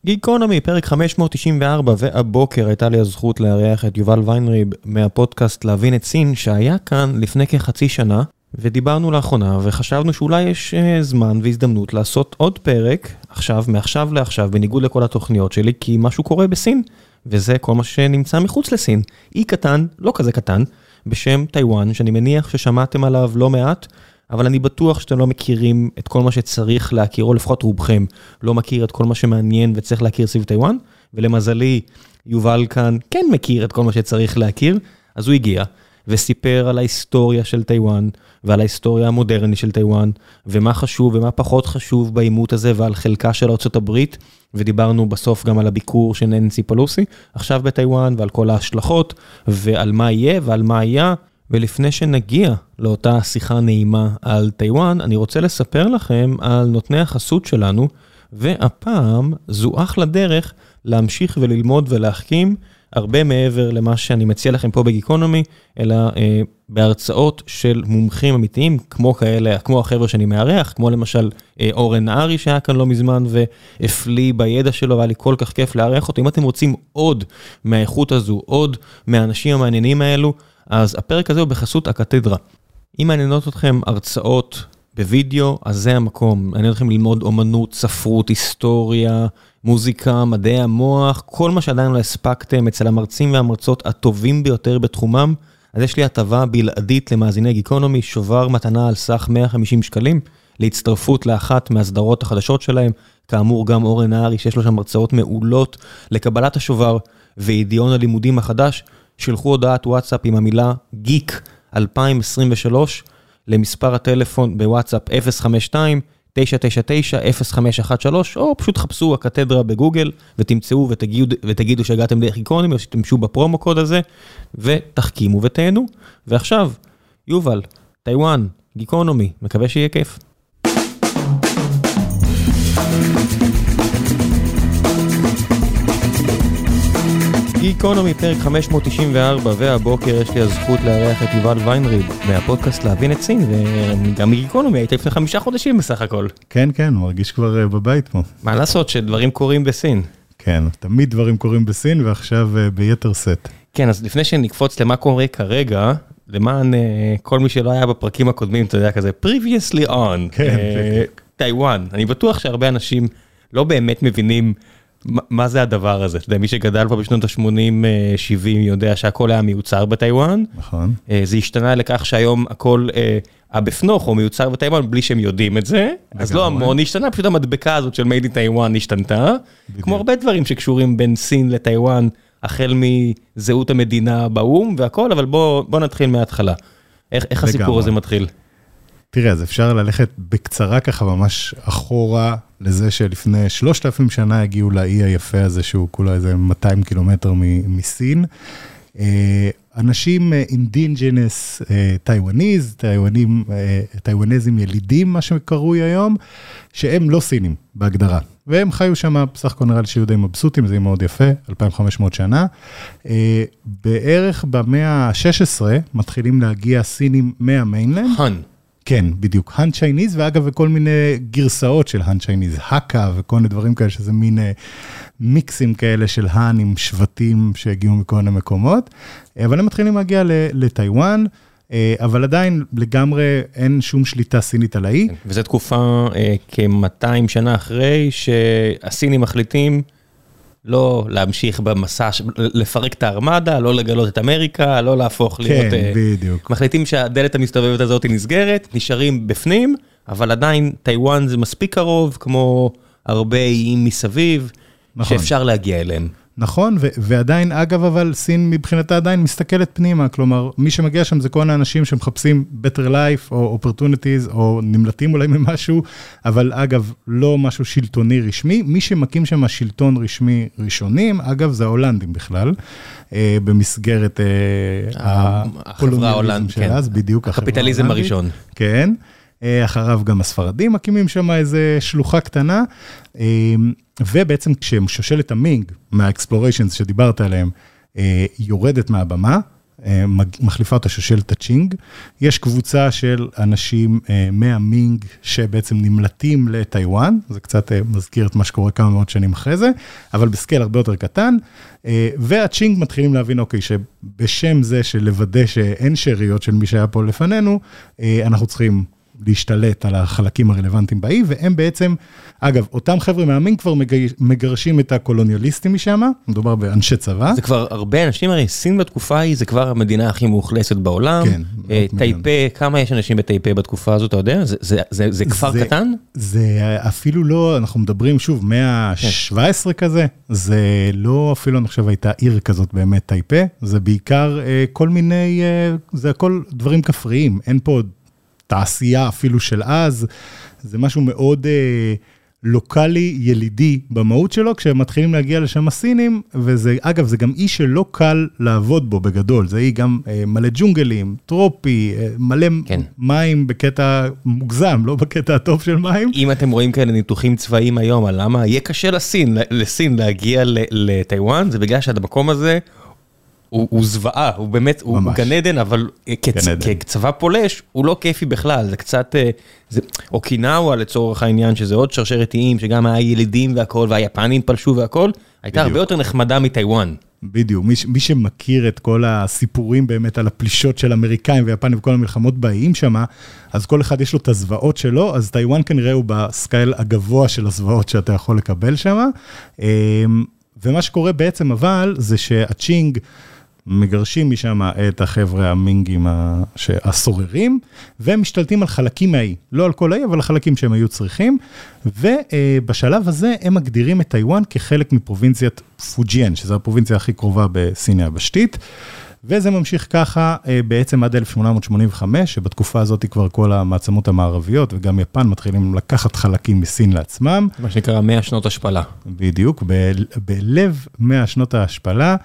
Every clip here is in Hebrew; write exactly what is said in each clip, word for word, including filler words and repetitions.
גיקונומי, פרק חמש מאות תשעים וארבע, והבוקר הייתה לי הזכות לארח את יובל ויינריב מהפודקאסט להבין את סין, שהיה כאן לפני כחצי שנה, ודיברנו לאחרונה, וחשבנו שאולי יש uh, זמן והזדמנות לעשות עוד פרק, עכשיו, מעכשיו לעכשיו, בניגוד לכל התוכניות שלי, כי משהו קורה בסין, וזה כל מה שנמצא מחוץ לסין. אי קטן, לא כזה קטן, בשם טיואן, שאני מניח ששמעתם עליו לא מעט, אבל אני בטוח שאתם לא מכירים את כל מה שצריך להכיר, או לפחות רובכם לא מכיר את כל מה שמעניין וצריך להכיר סביב טיואן, ולמזלי, יובל כאן כן מכיר את כל מה שצריך להכיר, אז הוא הגיע וסיפר על ההיסטוריה של טיואן, ועל ההיסטוריה המודרנית של טיואן, ומה חשוב ומה פחות חשוב בעימות הזה, ועל חלקה של ארצות הברית, ודיברנו בסוף גם על הביקור של ננסי פלוסי, עכשיו בטיואן, ועל כל ההשלכות, ועל מה יהיה ועל מה היה, ולפני שנגיע לאותה שיחה נעימה על טיואן, אני רוצה לספר לכם על נותני החסות שלנו, והפעם זו אחלה דרך להמשיך וללמוד ולהחכים, הרבה מעבר למה שאני מציע לכם פה בגיקונומי, אלא אה, בהרצאות של מומחים אמיתיים, כמו כאלה, כמו החבר'ה שאני מארח, כמו למשל אה, אורן נהרי שהיה כאן לא מזמן, והפליא בידע שלו, והיה לי כל כך כיף לארח אותו. אם אתם רוצים עוד מהאיכות הזו, עוד מהאנשים המעניינים האלו, אז הפרק הזה הוא בחסות הקתדרה. אם מעניינות אתכם הרצאות בווידאו, אז זה המקום. מעניין אתכם ללמוד אומנות, ספרות, היסטוריה, מוזיקה, מדעי המוח, כל מה שעדיין לא הספקתם אצל המרצים והמרצות הטובים ביותר בתחומם. אז יש לי הטבה בלעדית למאזיני גיקונומי, שובר מתנה על סך מאה וחמישים שקלים, להצטרפות לאחת מהסדרות החדשות שלהם, כאמור גם אורן נהרי שיש לו שם הרצאות מעולות לקבלת השובר וידיעון הלימודים החדש, שלחו הודעת וואטסאפ עם המילה גיק אלפיים עשרים ושלוש למספר הטלפון בוואטסאפ אפס חמש שתיים תשע תשע תשע אפס חמש אחת שלוש, או פשוט חפשו הקתדרה בגוגל ותמצאו ותגידו, ותגידו שהגעתם דרך גיקונומי, או שתמשו בפרומו קוד הזה, ותחכימו ותהנו. ועכשיו, יובל, טיואן, גיקונומי, מקווה שיהיה כיף. גיקונומי, פרק חמש מאות תשעים וארבע, והבוקר יש לי הזכות לארח את יובל ויינריב מהפודקאסט להבין את סין, וגם מגיקונומי הייתה לפני חמישה חודשים בסך הכל. כן, כן, מרגיש כבר בבית פה. מה לעשות שדברים קורים בסין? כן, תמיד דברים קורים בסין, ועכשיו ביתר סט. כן, אז לפני שנקפוץ למה קורה כרגע, למען כל מי שלא היה בפרקים הקודמים, אתה יודע כזה, previously on, כן, טיואן. אני בטוח שהרבה אנשים לא באמת מבינים מה זה הדבר הזה? אתה יודע, מי שגדל פה בשנות ה-שמונים שבעים יודע שהכל היה מיוצר בטיואן. נכון. זה השתנה לכך שהיום הכל הבפנוך או מיוצר בטיואן בלי שהם יודעים את זה. אז לא המון השתנה, פשוט המדבקה הזאת של made in Taiwan השתנתה. כמו הרבה דברים שקשורים בין סין לטיואן, החל מזהות המדינה באום והכל, אבל בוא נתחיל מההתחלה. איך הסיפור הזה מתחיל? תראה, אז אפשר ללכת בקצרה ככה ממש אחורה לזה שלפני שלושת אלפים שנה הגיעו לאי היפה הזה שהוא כולה איזה מאתיים קילומטר מסין. אנשים אינדיג'נס טיואניז, טיואנזים ילידים, מה שקרוי היום, שהם לא סינים בהגדרה. והם חיו שם, בסך הכל נראה לי שיהיו די מבסוטים, זה מאוד יפה, אלפיים וחמש מאות שנה. בערך במאה ה-שש עשרה מתחילים להגיע סינים מהמיינלנד. האן. כן, בדיוק, האן צ'ייניז, ואגב, וכל מיני גרסאות של האן צ'ייניז, הקה וכל מיני דברים כאלה, שזה מין מיקסים כאלה של האן עם שבטים שהגיעו מכל מיני מקומות, אבל הם מתחילים להגיע לטיואן, אבל עדיין לגמרי אין שום שליטה סינית על האי. וזו תקופה כ-מאתיים שנה אחרי שהסינים מחליטים לא להמשיך במסע, לפרק את הארמדה, לא לגלות את אמריקה, לא להפוך להיות... כן, בדיוק. מחליטים שהדלת המסתובבת הזאת היא נסגרת, נשארים בפנים, אבל עדיין טיואן זה מספיק קרוב, כמו הרבה איים מסביב, נכון. שאפשר להגיע אליהם. נכון, ו- ועדיין, אגב, אבל סין מבחינתה עדיין מסתכלת פנימה, כלומר, מי שמגיע שם זה כל האנשים שמחפשים better life, או opportunities, או נמלטים אולי ממשהו, אבל אגב, לא משהו שלטוני רשמי, מי שמקים שם השלטון רשמי ראשונים, אגב, זה ההולנדים בכלל, אה, במסגרת אה, הקולוניאליזם של אז, בדיוק. הקפיטליזם הראשון. כן, אה, אחריו גם הספרדים מקימים שם איזה שלוחה קטנה, אה, ובעצם כששושלת המינג, מהאקספלוריישנס שדיברת עליהם, יורדת מהבמה, מחליפה אותה שושלת הצ'ינג. יש קבוצה של אנשים מהמינג שבעצם נמלטים לטיואן, זה קצת מזכיר את מה שקורה כמה מאות שנים אחרי זה, אבל בסקייל הרבה יותר קטן, והצ'ינג מתחילים להבין, אוקיי, שבשם זה של לוודא שאין שאריות של מי שהיה פה לפנינו, אנחנו צריכים להשתלט על החלקים הרלוונטיים באי, והם בעצם, אגב, אותם חבר'ה מהמינג כבר מגרשים את הקולוניאליסטים משם, מדובר באנשי צבא. זה כבר הרבה אנשים, הרי סין בתקופה היא, זה כבר המדינה הכי מאוכלסת בעולם. כן. טייפה, כמה יש אנשים בטייפה בתקופה הזאת, אתה יודע? זה, זה, זה, זה כפר זה, קטן? זה אפילו לא, אנחנו מדברים שוב, מאה ה-שבע עשרה כן. כזה, זה לא אפילו, אני חושב, הייתה עיר כזאת באמת טייפה, זה בעיקר כל מיני, זה הכל דברים כפריים, אין פה תעשייה אפילו של אז, זה משהו מאוד אה, לוקלי, ילידי במהות שלו, כשהם מתחילים להגיע לשם הסינים, וזה, אגב, זה גם אי שלא קל לעבוד בו בגדול, זה אי גם אה, מלא ג'ונגלים, טרופי, אה, מלא כן. מים בקטע מוגזם, לא בקטע הטוב של מים. אם אתם רואים כאלה ניתוחים צבאיים היום, על למה יהיה קשה לסין, לסין להגיע לטיואן, זה בגלל שעד המקום הזה, הוא, הוא זוועה, הוא באמת, הוא גן עדן, אבל כצ, כצבא פולש, הוא לא כיפי בכלל, זה קצת, זה, אוקינאווה לצורך העניין, שזה עוד שרשרת איים, שגם היה ילידים והכל, והיפנים פלשו והכל, הייתה הרבה יותר נחמדה מטיואן. בדיוק, מי, מי שמכיר את כל הסיפורים באמת על הפלישות של אמריקאים ויפנים וכל המלחמות באיים שמה, אז כל אחד יש לו את הזוועות שלו, אז טיואן כנראה הוא בסקייל הגבוה של הזוועות שאתה יכול לקבל שמה, ומה שקורה בעצם אבל, זה שהצ'ינג, מגרשים משם את החבר'ה המינגים הסוררים, והם משתלטים על חלקים מהאי, לא על כל האי, אבל החלקים שהם היו צריכים, ובשלב הזה הם מגדירים את טיואן כחלק מפרובינציית פוג'יאן, שזו הפרובינציה הכי קרובה בסין היבשתית, וזה ממשיך ככה בעצם עד אלף שמונה מאות שמונים וחמש, שבתקופה הזאת כבר כל המעצמות המערביות, וגם יפן מתחילים לקחת חלקים מסין לעצמם. מה שנקרא מאה שנות השפלה. בדיוק, ב- בלב מאה שנות ההשפלה,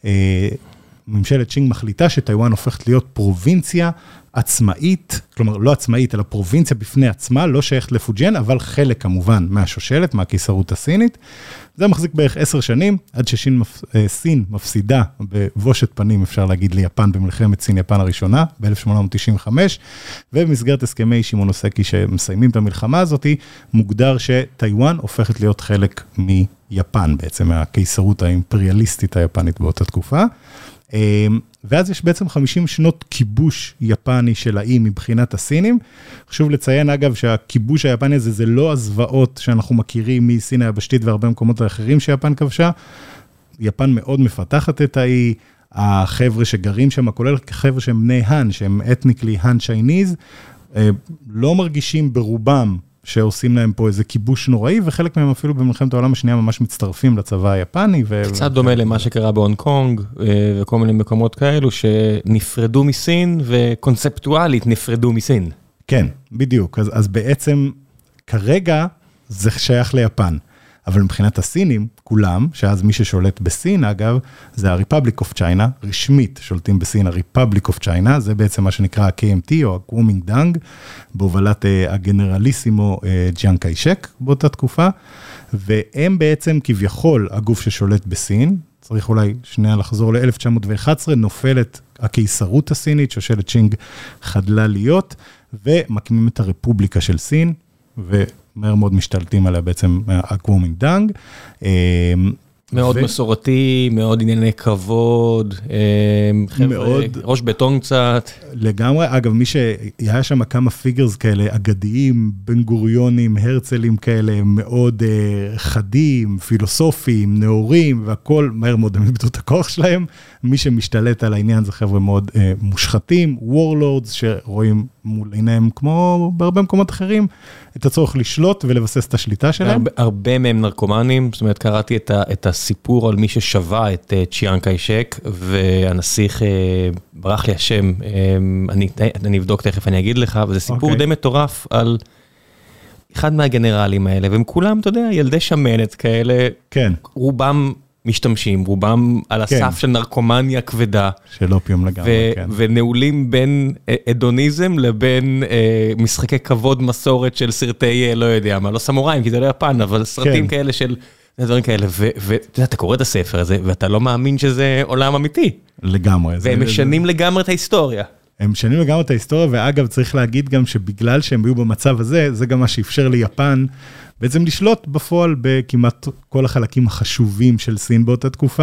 ממשלת צ'ינג מחליטה שטיואן הופכת להיות פרובינציה עצמאית, כלומר לא עצמאית, אלא פרובינציה בפני עצמה, לא שייכת לפוג'יאן, אבל חלק כמובן מהשושלת, מהקיסרות הסינית. זה מחזיק בערך עשר שנים, עד שסין מפסידה בבושת פנים, אפשר להגיד ליפן, במלחמת סין-יפן הראשונה, ב-אלף שמונה מאות תשעים וחמש, ובמסגרת הסכמי שימונוסקי שמסיימים את המלחמה הזאת, מוגדר שטיואן הופכת להיות חלק מיפן, בעצם מהקיסרות האימפריאליסטית היפנית באותה תקופה. ואז יש בעצם חמישים שנות כיבוש יפני של האי מבחינת הסינים. חשוב לציין אגב שהכיבוש היפני הזה זה לא הזוועות שאנחנו מכירים מסין היבשתית והרבה מקומות האחרים שיפן כבשה. יפן מאוד מפתחת את האי, החבר'ה שגרים שם, כולל חבר'ה שהם בני האן, שהם אתניקלי האן צ'ייניז, לא מרגישים ברובם שעושים להם פה איזה כיבוש נוראי, וחלק מהם אפילו במלחמת העולם השנייה ממש מצטרפים לצבא היפני. קצת דומה למה שקרה בהונג קונג, וכל מיני מקומות כאלו, שנפרדו מסין, וקונספטואלית נפרדו מסין. כן, בדיוק. אז, אז בעצם, כרגע זה שייך ליפן. אבל מבחינת הסינים, כולם, שאז מי ששולט בסין, אגב, זה ה-Republic of China, רשמית שולטים בסין, ה-Republic of China, זה בעצם מה שנקרא ה-K M T, או ה-Kuomintang, בהובלת הגנרליסימו ג'יאנג קאי-שק, באותה תקופה, והם בעצם כביכול הגוף ששולט בסין, צריך אולי שנייה לחזור ל-אלף תשע מאות ואחת עשרה, נופלת הקיסרות הסינית, שושלת צ'ינג חדלה להיות, ומקימים את הרפובליקה של סין, ו... מהר מאוד משתלטים עליה בעצם הקוומינטנג. מאוד ו... מסורתי, מאוד ענייני כבוד, חבר'ה, ראש בטון קצת. לגמרי, אגב, מי שהיה שם כמה פיגרס כאלה, אגדיים, בן גוריונים, הרצלים כאלה, מאוד uh, חדים, פילוסופיים, נאורים, והכל מהר מאוד הם איבדו את הכוח שלהם. מי שמשתלט על העניין זה חבר'ה מאוד uh, מושחתים, וורלורדס, שרואים מול עיניהם, כמו בהרבה מקומות אחרים, את הצורך לשלוט ולבסס את השליטה שלהם. הרבה, הרבה מהם נרקומנים, זאת אומרת, קראתי את, ה, את הסיפור על מי ששווה את uh, צ'יאנג קאי-שק, והנסיך, uh, ברח לי השם, uh, אני, אני אבדוק תכף, אני אגיד לך, וזה סיפור okay. די מטורף על אחד מהגנרלים האלה, והם כולם, אתה יודע, ילדי שמנת כאלה, כן. רובם משתמשים, רובם על הסף כן. של נרקומניה כבדה. של אופיום לגמרי, ו- כן. ונעולים בין אדוניזם לבין אה, משחקי כבוד מסורת של סרטי, אה, לא יודע מה, לא סמוראים, כי זה לא יפן, אבל סרטים כן. כאלה של, דברים כאלה, ואתה יודע, אתה קורא את הספר הזה, ואתה לא מאמין שזה עולם אמיתי. לגמרי. והם משנים לגמרי את ההיסטוריה. הם משנים לגמרי את ההיסטוריה, ואגב צריך להגיד גם שבגלל שהם היו במצב הזה, זה גם מה שאפשר ליפן בעצם לשלוט בפועל בכמעט כל החלקים החשובים של סין באותה תקופה,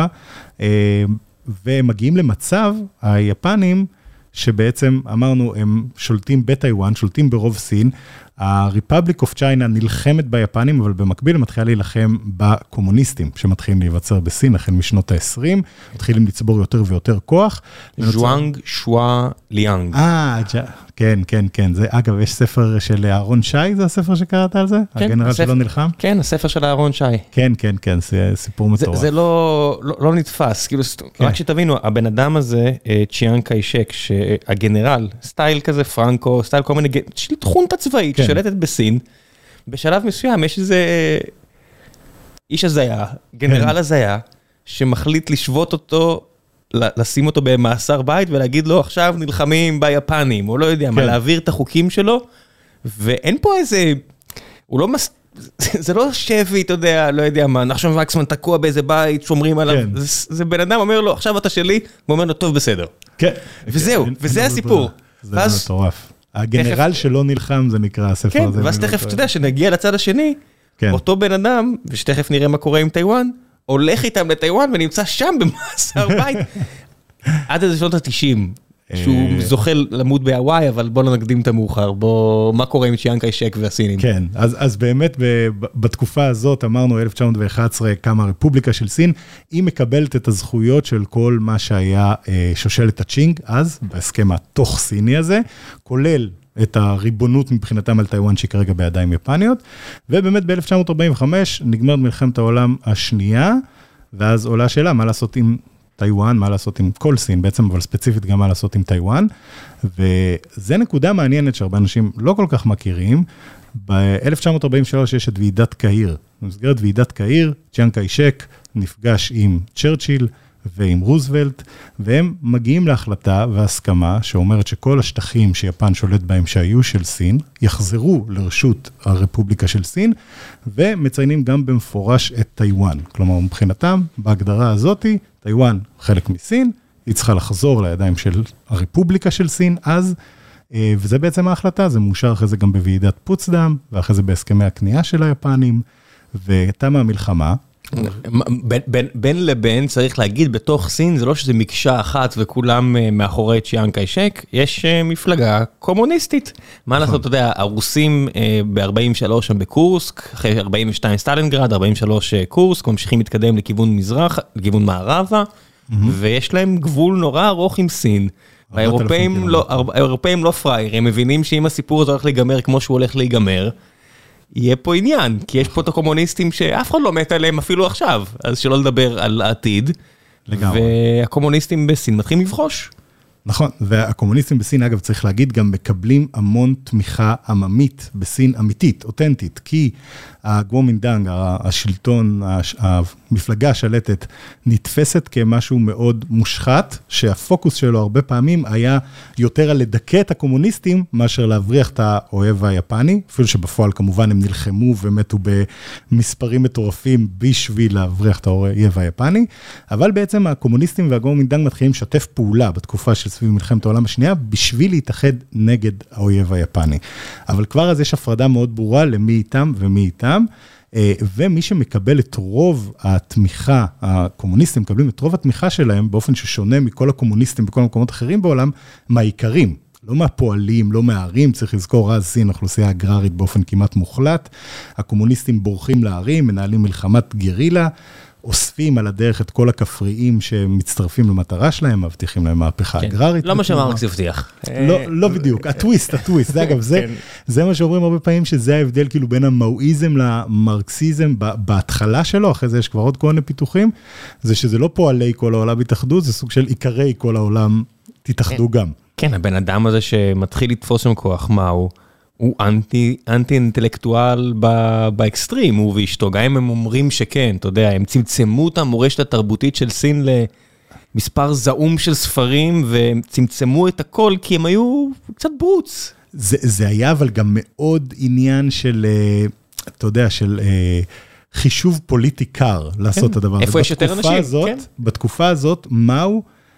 והם מגיעים למצב, היפנים, שבעצם אמרנו, הם שולטים בטיואן, שולטים ברוב סין, ה-Republic of China נלחמת ביפנים, אבל במקביל הם מתחילה להילחם בקומוניסטים, שמתחילים להיווצר בסין, החל משנות ה-עשרים, מתחילים לצבור יותר ויותר כוח. ז'ואנג שואה ליאנג. אה, כן, כן, כן. זה, אגב, יש ספר של אהרון שי, זה הספר שקראת על זה? כן, הגנרל שלא נלחם? כן, הספר של אהרון שי. כן, כן, כן, זה סיפור מטורף. זה לא, לא, לא נתפס, כאילו, רק שתבינו, הבן אדם הזה, צ'יאנג קאי-שק, שהגנרל, סטייל כזה, פרנקו, סטייל כל מיני, של חונטה צבאית, שולטת בסין, בשלב מסוים יש איזה איש הזיה, גנרל הזיה, שמחליט לשבות אותו, לשים אותו במאסר בית, ולהגיד לו, עכשיו נלחמים ביפנים, או לא יודע מה, להעביר את החוקים שלו, ואין פה איזה, הוא לא מס... זה לא שבי, אתה יודע, לא יודע מה, נחשון וקסמן תקוע באיזה בית, שומרים עליו, זה בן אדם אומר לו, עכשיו אתה שלי, הוא אומר לו, טוב, בסדר. וזהו, וזה הסיפור. זה מטורף. הגנרל שלא נלחם, זה נקרא הספר הזה. כן, ואז תכף, אתה יודע, שנגיע לצד השני, אותו בן אדם, ושתכף נראה מה קורה עם טיואן, הולך איתם לטיואן ונמצא שם במאסר בית, עד איזה שנות ה-תשעים, שהוא זוכל למות בהוואי, אבל בוא לא נקדים את המאוחר, בוא, מה קורה עם צ'יאנג קאי-שק והסינים? כן, אז, אז באמת בתקופה הזאת, אמרנו אלף תשע מאות ואחת עשרה, קמה הרפובליקה של סין, היא מקבלת את הזכויות של כל מה שהיה שושלת הצ'ינג, אז בהסכם התוך סיני הזה, כולל את הריבונות מבחינתם על טיואן שהיא כרגע בידיים יפניות, ובאמת ב-אלף תשע מאות ארבעים וחמש נגמרת מלחמת העולם השנייה, ואז עולה השאלה מה לעשות עם טיואן, מה לעשות עם כל סין בעצם, אבל ספציפית גם מה לעשות עם טיואן, וזה נקודה מעניינת שהרבה אנשים לא כל כך מכירים, ב-אלף תשע מאות ארבעים ושלוש יש את ועידת קהיר, במסגרת ועידת קהיר, צ'יאנג קאי-שק נפגש עם צ'רצ'יל, ועם רוזוולט, והם מגיעים להחלטה והסכמה שאומרת שכל השטחים שיפן שולט בהם שהיו של סין, יחזרו לרשות הרפובליקה של סין, ומציינים גם במפורש את טיואן. כלומר, מבחינתם, בהגדרה הזאת, טיואן חלק מסין, היא צריכה לחזור לידיים של הרפובליקה של סין אז, וזה בעצם ההחלטה, זה מאושר אחרי זה גם בוועידת פוצדם, ואחרי זה בהסכמי הקנייה של היפנים, ותמה המלחמה, בין לבין צריך להגיד בתוך סין זה לא שזה מקשה אחת וכולם מאחורי צ'יאנג קאי-שק, יש מפלגה קומוניסטית. מה לעשות, אתה יודע, הרוסים ב-ארבעים ושלוש שם בקורסק, אחרי ארבעים ושתיים סטלינגרד, ארבעים ושלוש קורסק, ממשיכים להתקדם לכיוון מזרח, לכיוון מערבה, ויש להם גבול נורא ארוך עם סין. האירופאים לא פרייר, הם מבינים שאם הסיפור הזה הולך להיגמר כמו שהוא הולך להיגמר, יהיה פה עניין, כי יש פה את הקומוניסטים שאף אחד לא מת עליהם אפילו עכשיו, אז שלא לדבר על העתיד, לגמרי. והקומוניסטים בסין מתחילים לבחוש. נכון, והקומוניסטים בסין, אגב, צריך להגיד, גם מקבלים המון תמיכה עממית בסין אמיתית, אותנטית, כי הגוומינדנג, השלטון, המפלגה השלטת, נתפסת כמשהו מאוד מושחת, שהפוקוס שלו הרבה פעמים היה יותר על לדכא את הקומוניסטים, מאשר להבריח את האוהב היפני, אפילו שבפועל כמובן הם נלחמו ומתו במספרים מטורפים בשביל להבריח את האוהב היפני, אבל בעצם הקומוניסטים והגוומינדנג מתחילים לשתף פעולה בתקופה של סביב מלחמת העולם השנייה, בשביל להתאחד נגד האויב היפני. אבל כבר אז יש הפרדה מאוד ברורה למי איתם ומי איתם, ומי שמקבל את רוב התמיכה, הקומוניסטים מקבלים את רוב התמיכה שלהם, באופן ששונה מכל הקומוניסטים בכל המקומות אחרים בעולם, מהעיקרים. לא מהפועלים, לא מהערים, צריך לזכור, אז סין, אוכלוסייה אגררית באופן כמעט מוחלט, הקומוניסטים בורחים לערים, מנהלים מלחמת גרילה, אוספים על הדרך את כל הכפריים שמצטרפים למטרה שלהם, מבטיחים להם מהפכה אגררית. לא מה שמרקס הבטיח. לא בדיוק, הטוויסט, הטוויסט, זה אגב, זה מה שאומרים הרבה פעמים, שזה ההבדל כאילו בין המאואיזם למרקסיזם בהתחלה שלו, אחרי זה יש כבר עוד כל מיני פיתוחים, זה שזה לא פועלי כל העולם התאחדות, זה סוג של עיקרי כל העולם תתאחדו גם. כן, הבן אדם הזה שמתחיל לתפוס שם כוח, מה הוא? הוא אנטי, אנטי אינטלקטואל באקסטרים, הוא ואשתו, גם אם הם אומרים שכן, אתה יודע, הם צמצמו את המורשת התרבותית של סין למספר זעום של ספרים, והם צמצמו את הכל, כי הם היו קצת ברוץ. זה, זה היה אבל גם מאוד עניין של, אתה יודע, של חישוב פוליטי קר לעשות את הדבר. איפה יש יותר אנשים? הזאת, בתקופה הזאת, מהו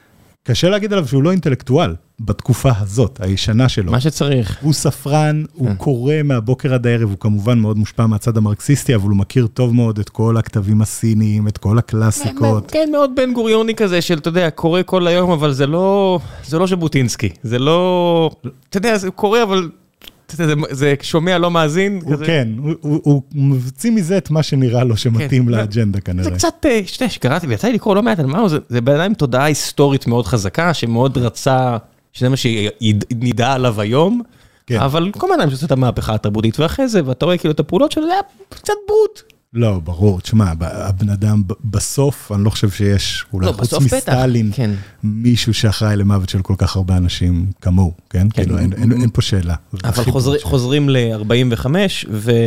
קשה להגיד עליו שהוא לא אינטלקטואל בתקופה הזאת, הישנה שלו. מה שצריך. הוא ספרן, הוא קורא מהבוקר עד הערב, הוא כמובן מאוד מושפע מהצד המרקסיסטי, אבל הוא מכיר טוב מאוד את כל הכתבים הסיניים, את כל הקלאסיקות. כן, מאוד בן גוריוני כזה של, אתה יודע, קורא כל היום, אבל זה לא, זה לא ז'בוטינסקי. זה לא, אתה יודע, זה קורא, אבל זה שומע, לא מאזין. כן, הוא מבצע מזה את מה שנראה לו שמתאים לאג'נדה כנראה. זה קצת, שתהיה, שקראתי ויצא לי לקרוא לא מעט על מה הוא, זה בעיניים תודעה היסטורית מאוד חזקה, שמאוד רצה, שזה מה שנדע עליו היום, אבל כל מיני שעושה את המהפכה התרבותית ואחרי זה, ואתה רואה כאילו את הפעולות שלו, זה היה קצת ברוט. לא, ברור, תשמע, הבן אדם בסוף, אני לא חושב שיש, אולי חוץ מסטלין, מישהו שאחראי למוות של כל כך הרבה אנשים כמוהו, כן? כאילו, אין פה שאלה. אבל חוזרים ל-ארבעים וחמש,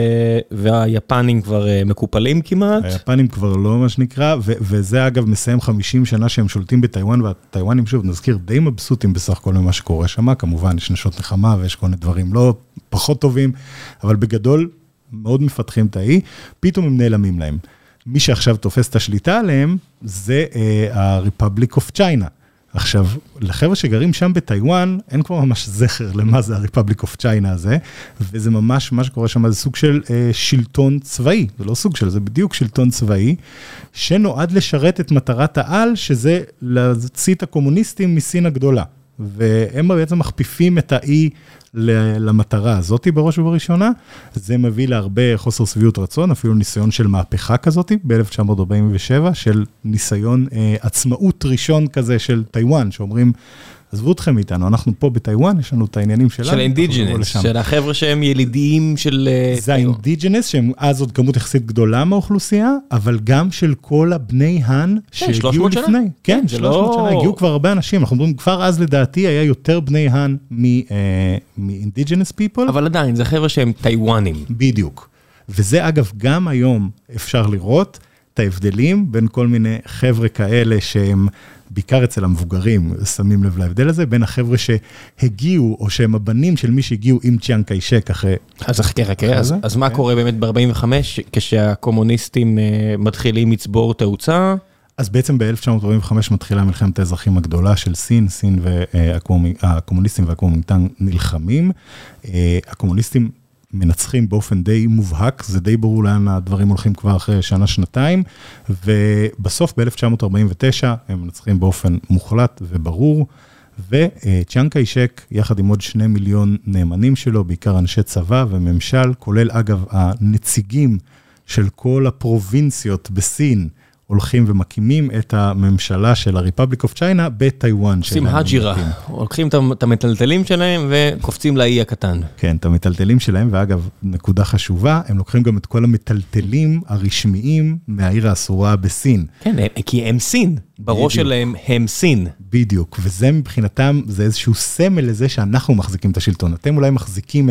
והיפנים כבר מקופלים כמעט. היפנים כבר לא מה שנקרא, וזה אגב מסיים חמישים שנה שהם שולטים בטיואן, והטיואנים שוב, נזכיר, די מבסוטים בסך הכל ממה שקורה שם, כמובן, יש נשות נחמה ויש כל מיני דברים לא פחות טובים, אבל בגדול, מאוד מפתחים את האי, פתאום הם נעלמים להם. מי שעכשיו תופס את השליטה עליהם, זה ה-Republic of China. עכשיו, לחבר'ה שגרים שם בטיואן, אין כבר ממש זכר למה זה ה-Republic of China הזה, וזה ממש, מה שקורה שם, זה סוג של שלטון צבאי, זה לא סוג של, זה בדיוק שלטון צבאי, שנועד לשרת את מטרת העל, שזה להוציא את הקומוניסטים מסין הגדולה. והם בעצם מכפיפים את האי למטרה הזאת בראש ובראשונה, זה מביא להרבה חוסר סביעות רצון, אפילו ניסיון של מהפכה כזאת, ב-אלף תשע מאות ארבעים ושבע, של ניסיון אה, עצמאות ראשון כזה של טיואן, שאומרים, עזבו אתכם איתנו, אנחנו פה בטיואן, יש לנו את העניינים שלנו. של האינדיג'נס, של החבר'ה שהם ילידיים של... זה האינדיג'נס, שהם אז עוד כמות יחסית גדולה מהאוכלוסייה, אבל גם של כל הבני האן שהגיעו לפני. כן, שלוש מאות שנה, הגיעו כבר הרבה אנשים, אנחנו אומרים, כבר אז לדעתי היה יותר בני האן מ-indigenous people. אבל עדיין, זה חבר'ה שהם טיואנים. בדיוק. וזה אגב, גם היום אפשר לראות את ההבדלים בין כל מיני חבר'ה כאלה שהם... בעיקר אצל המבוגרים, שמים לב להבדל הזה, בין החבר'ה שהגיעו, או שהם הבנים של מי שהגיעו עם צ'יאנג קיישק אחרי... אז חכה, חכה, אז מה קורה באמת ב-ארבעים וחמש, כשהקומוניסטים מתחילים לצבור תאוצה? אז בעצם ב-אלף תשע מאות ארבעים וחמש מתחילה מלחמת האזרחים הגדולה של סין, סין והקומוניסטים והקומינטנג נלחמים. הקומוניסטים מנצחים באופן די מובהק, זה די ברור לאן הדברים הולכים כבר אחרי שנה, שנתיים, ובסוף ב-אלף תשע מאות ארבעים ותשע הם מנצחים באופן מוחלט וברור, וצ'יאנג קיישק, יחד עם עוד שני מיליון נאמנים שלו, בעיקר אנשי צבא וממשל, כולל אגב הנציגים של כל הפרובינציות בסין, הולכים ומקימים את הממשלה של ה-Republic of China בטיואן. עושים הג'ירה, הולכים את המטלטלים שלהם וקופצים לאי הקטן. כן, את המטלטלים שלהם, ואגב, נקודה חשובה, הם לוקחים גם את כל המטלטלים הרשמיים מהעיר האסורה בסין. כן, כי הם סין, בראש שלהם הם סין. בדיוק, וזה מבחינתם, זה איזשהו סמל לזה שאנחנו מחזיקים את השלטון. אתם אולי מחזיקים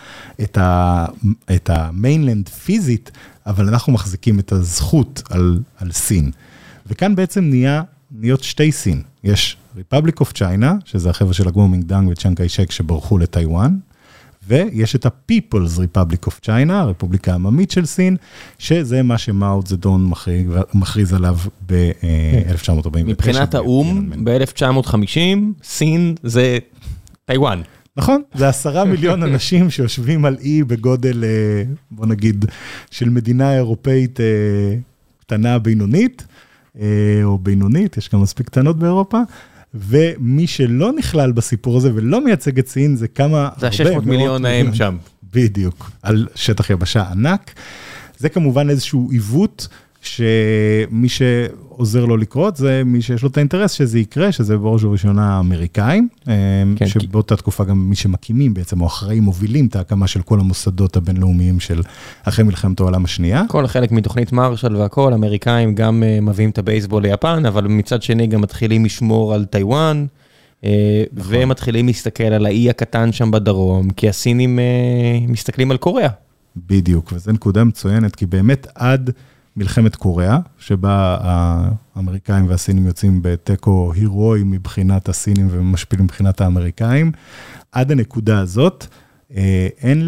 את המיינלנד פיזית, אבל אנחנו מחזיקים את הזכות על, על סין. וכאן בעצם נהיה, נהיות שתי סין. יש Republic of China, שזה החבר'ה של הגומינגדנג וצ'יאנג קיישק שברחו לטיואן, ויש את ה-People's Republic of China, הרפובליקה העממית של סין, שזה מה שמאו צדון מכריז, מכריז עליו ב-אלף תשע מאות ארבעים ותשע. מבחינת האום, ב-אלף תשע מאות וחמישים, סין זה טיואן. נכון, זה עשרה מיליון אנשים שיושבים על אי בגודל, בוא נגיד, של מדינה אירופאית קטנה בינונית, או בינונית, יש גם מספיק קטנות באירופה, ומי שלא נכלל בסיפור הזה ולא מייצג את סין, זה כמה... זה ה-שש מאות מיליון ההם שם. בדיוק, על שטח יבשה ענק. זה כמובן איזשהו עיוות, שמי שעוזר לו לקרות, זה מי שיש לו את האינטרס שזה יקרה, שזה בראש ובראשונה האמריקאים, כן, שבאותה כי... תקופה גם מי שמקימים בעצם, או אחראים מובילים את ההקמה של כל המוסדות הבינלאומיים של אחרי מלחמת העולם השנייה. כל חלק מתוכנית מרשל והכל, אמריקאים גם מביאים את הבייסבול ליפן, אבל מצד שני גם מתחילים לשמור על טיואן, נכון. והם מתחילים להסתכל על האי הקטן שם בדרום, כי הסינים מסתכלים על קוריאה. בדיוק, וזו נקודה מצוינת, כי באמת עד... מלחמת קוריאה, שבה האמריקאים והסינים יוצאים בטקו הירואי מבחינת הסינים ומשפילים מבחינת האמריקאים, עד הנקודה הזאת, אין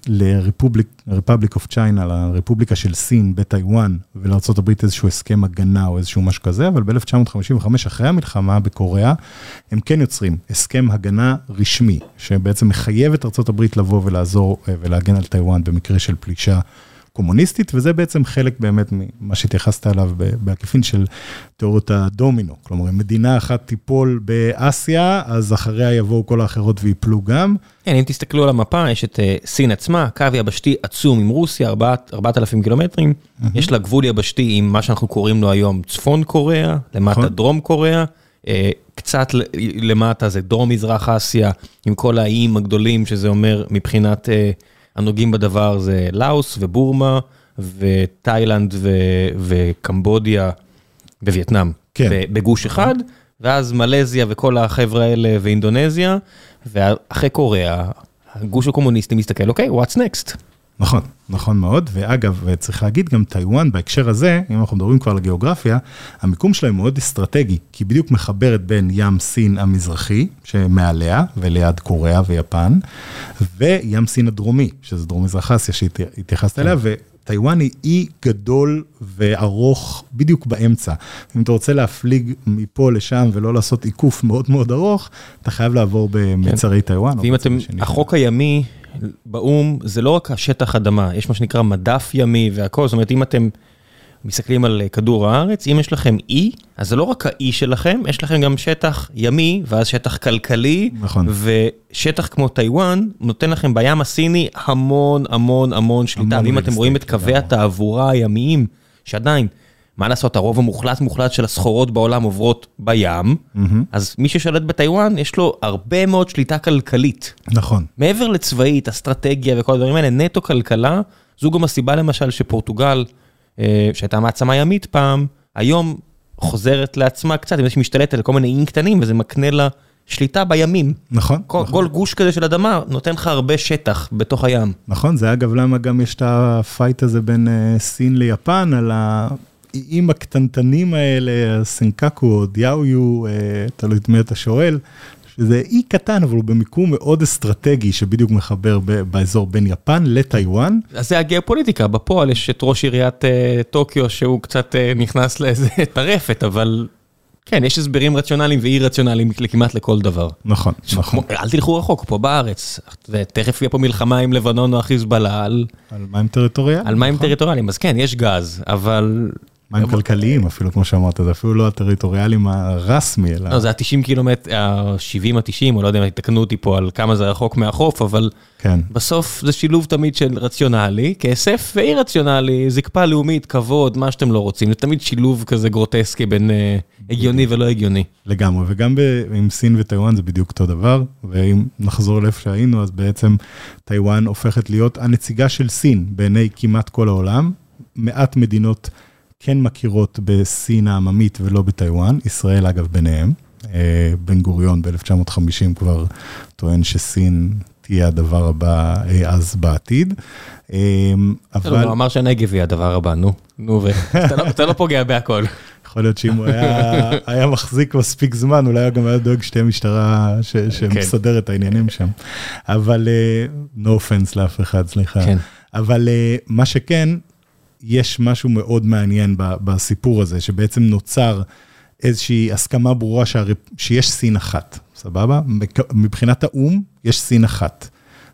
ל-Republic of China, לרפובליקה של סין בטיואן, ולארצות הברית איזשהו הסכם הגנה או איזשהו משהו כזה, אבל ב-אלף תשע מאות חמישים וחמש, אחרי המלחמה בקוריאה, הם כן יוצרים הסכם הגנה רשמי, שבעצם מחייב את ארצות הברית לבוא ולעזור ולהגן על טיואן במקרה של פלישה קומוניסטית, וזה בעצם חלק באמת ממה שהתייחסת עליו בעקיפין של תיאוריות הדומינו. כלומר, אם מדינה אחת תיפול באסיה, אז אחריה יבואו כל האחרות ויפלו גם. כן, אם תסתכלו על המפה, יש את סין עצמה, קו יבשתי עצום עם רוסיה, ארבעת אלפים קילומטרים, יש לה גבול יבשתי עם מה שאנחנו קוראים לו היום צפון קוריאה, למטה דרום קוריאה, קצת למטה זה דרום מזרח אסיה, עם כל האיים הגדולים, שזה אומר מבחינת הנוגעים בדבר זה לאוס ובורמה ותאילנד וקמבודיה ווייטנאם בגוש אחד, ואז מלזיה וכל החבר'ה האלה ואינדונזיה, ואחרי קוריאה, הגוש הקומוניסטי מסתכל, אוקיי, what's next? נכון, נכון מאוד, ואגב, צריך להגיד גם טיואן בהקשר הזה, אם אנחנו מדברים כבר על הגיאוגרפיה, המיקום שלהם מאוד אסטרטגי, כי בדיוק מחברת בין ים סין המזרחי, שמעליה, וליד קוריאה ויפן, וים סין הדרומי, שזה דרום מזרח אסיה שהתייחסת אליה, וטיואן היא אי גדול וארוך בדיוק באמצע. אם אתה רוצה להפליג מפה לשם ולא לעשות עיקוף מאוד מאוד ארוך, אתה חייב לעבור במצרי טיואן. ואם אתם, החוק הימי, באום זה לא רק השטח אדמה, יש מה שנקרא מדף ימי והכל, זאת אומרת אם אתם מסתכלים על כדור הארץ, אם יש לכם אי, אז זה לא רק האי שלכם, יש לכם גם שטח ימי, ואז שטח כלכלי, נכון. ושטח כמו טיואן, נותן לכם בים הסיני המון המון המון שליטה, ואם אתם רואים את קווי התעבורה הימיים, שעדיין, מה לעשות, הרוב המוחלט מוחלט של הסחורות בעולם עוברות בים, אז מי ששלט בטיואן, יש לו הרבה מאוד שליטה כלכלית. נכון. מעבר לצבאית, אסטרטגיה וכל הדברים האלה, נטו כלכלה, זו גם הסיבה למשל שפורטוגל, שהייתה מעצמה ימית פעם, היום חוזרת לעצמה קצת, אם יש משתלטת על כל מיני איים קטנים, וזה מקנה לה שליטה בימים. נכון. כל, כל גוש כזה של אדמה נותן לך הרבה שטח בתוך הים. נכון, זה אגב למה גם יש את הפייט הזה בין סין ליפן, על ה... האיים הקטנטנים האלה, הסנקקו או דיאויו, תלוי את מי אתה שואל, שזה אי קטן, אבל הוא במיקום מאוד אסטרטגי, שבדיוק מחבר באזור בין יפן לטיואן. אז זה הגיאופוליטיקה, בפועל יש את ראש עיריית טוקיו, שהוא קצת נכנס לאיזה טרפת, אבל כן, יש הסברים רציונליים ואי רציונליים כמעט לכל דבר. נכון, נכון. אל תלכו רחוק, פה בארץ, ותכף יהיה פה מלחמה עם לבנון או החיזבאללה, על... על מים טריטוריאליים. על מים טריטוריאליים, אז כן, יש גז, אבל... מים כלכליים, אפילו כמו שאמרת, זה אפילו לא הטריטוריאליים הרסמי, אלא... לא, זה ה-תשעים קילומטר, ה-שבעים ה-תשעים, או לא יודע אם תקנו אותי פה על כמה זה רחוק מהחוף, אבל בסוף זה שילוב תמיד של רציונלי, כסף, ואי רציונלי, זקפה לאומית, כבוד, מה שאתם לא רוצים, זה תמיד שילוב כזה גרוטסקי בין הגיוני ולא הגיוני. לגמרי, וגם עם סין וטיואן זה בדיוק אותו דבר, ואם נחזור לאיפה שהיינו, אז בעצם טיואן הופכת להיות הנציגה של סין, בעיני כמעט כל העולם, מעט מדינות כן מכירות בסין העממית ולא בטיואן, ישראל אגב ביניהם, בן גוריון ב-אלף תשע מאות חמישים כבר טוען שסין תהיה הדבר הבא אז בעתיד. אבל... הוא אמר שהנגב יהיה הדבר הבא, נו, נו, ואתה לא פוגע בהכל. יכול להיות שאם הוא היה מחזיק מספיק זמן, אולי גם היה דואג שתהיה משטרה שמסדר את העניינים שם. אבל, no offense לאף אחד, סליחה. אבל מה שכן, יש משהו מאוד מעניין בסיפור הזה, שבעצם נוצר איזושהי הסכמה ברורה שיש סין אחת, סבבה? מבחינת האום יש סין אחת.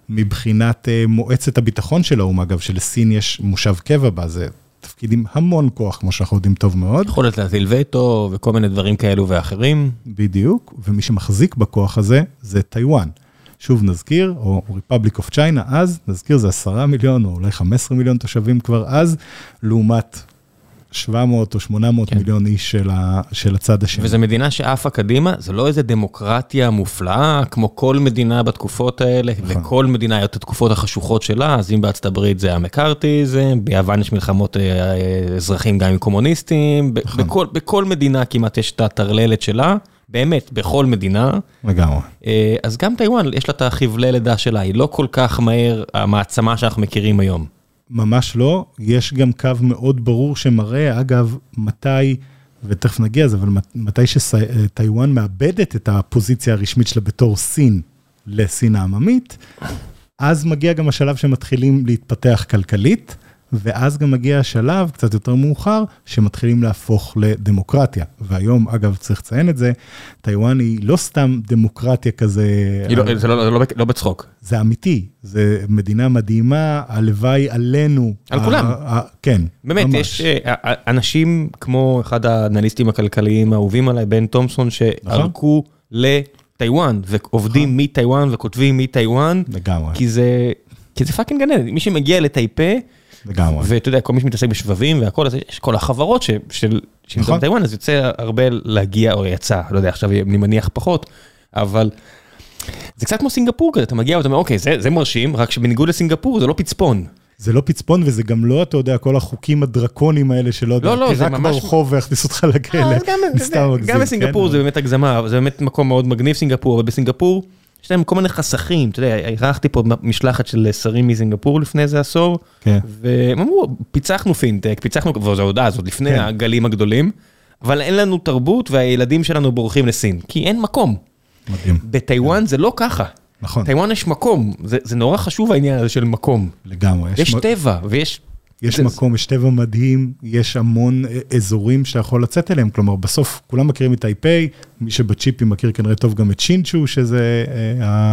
מבחינת מועצת הביטחון של האום, אגב, שלסין יש מושב קבע בה, זה תפקידים המון כוח, כמו שאנחנו יודעים טוב מאוד. יכולת להטיל וטו וכל מיני דברים כאלו ואחרים. בדיוק, ומי שמחזיק בכוח הזה זה טיואן. שוב נזכיר, או Republic of China אז, נזכיר זה עשרה מיליון או אולי חמישה עשר מיליון תושבים כבר אז, לעומת שבע מאות או שמונה מאות כן. מיליון איש של, ה, של הצד השני. וזו מדינה שאפה קדימה, זה לא איזה דמוקרטיה מופלאה, כמו כל מדינה בתקופות האלה, נכון. וכל מדינה היה את התקופות החשוכות שלה, אז אם בארצות הברית זה המקארתיזם, ביוון יש מלחמות אזרחים גם עם קומוניסטים, נכון. בכל, בכל מדינה כמעט יש את הטרללת שלה, באמת, בכל מדינה. לגמרי. אז גם טיואן, יש לה את החבלי לידה שלה, היא לא כל כך מהר המעצמה שאנחנו מכירים היום. ממש לא, יש גם קו מאוד ברור שמראה, אגב, מתי, ותכף נגיע לזה, אבל מתי שטיואן מאבדת את הפוזיציה הרשמית שלה בתור סין לסין העממית, אז מגיע גם השלב שמתחילים להתפתח כלכלית, ואז גם מגיע השלב, קצת יותר מאוחר, שמתחילים להפוך לדמוקרטיה. והיום, אגב, צריך לציין את זה, טיואן היא לא סתם דמוקרטיה כזה... לא, זה לא, לא, לא בצחוק. זה אמיתי, זה מדינה מדהימה, הלוואי עלינו. על כולם. ה, ה, כן, באמת, ממש. יש אנשים כמו אחד האנליסטים הכלכליים האהובים עליי, בן תומסון, שערקו לטיואן, ועובדים מטיואן וכותבים מטיואן. לגמרי. כי זה, כי זה פאקינג גנן. מי שמגיע לטייפה, לגמרי. ואתה יודע, כל מי שמתעסק בשבבים והכל, אז יש כל החברות ש, של, של נכון. טיואן, אז יוצא הרבה להגיע, או יצא, לא יודע, עכשיו אני מניח פחות, אבל זה קצת כמו סינגפור כזה, אתה מגיע ואתה אומר, אוקיי, זה, זה מרשים, רק שבניגוד לסינגפור זה לא פצפון. זה לא פצפון, וזה גם לא, אתה יודע, כל החוקים הדרקונים האלה שלא יודע, לא, לא, זה רק ממש... ברחוב ויכניס אותך לכלא. גם בסינגפור זה באמת הגזמה, זה באמת מקום מאוד מגניב סינגפור, אבל בסינגפור יש להם כל מיני חסכים, אתה יודע, ערכתי פה משלחת של שרים מסינגפור לפני איזה עשור, והם אמרו, פיצחנו פינטק, פיצחנו, וזו ההודעה הזאת, לפני הגלים הגדולים, אבל אין לנו תרבות והילדים שלנו בורחים לסין, כי אין מקום. מדהים. בטיואן זה לא ככה. נכון. טיואן יש מקום, זה, זה נורא חשוב העניין הזה של מקום. לגמרי. יש, יש מ... טבע, ויש... יש זה... מקום, יש טבע מדהים, יש המון אזורים שאתה יכול לצאת אליהם, כלומר, בסוף כולם מכירים את טייפיי, מי שבצ'יפים מכיר כנראה טוב גם את שינצ'ו, שזה אה,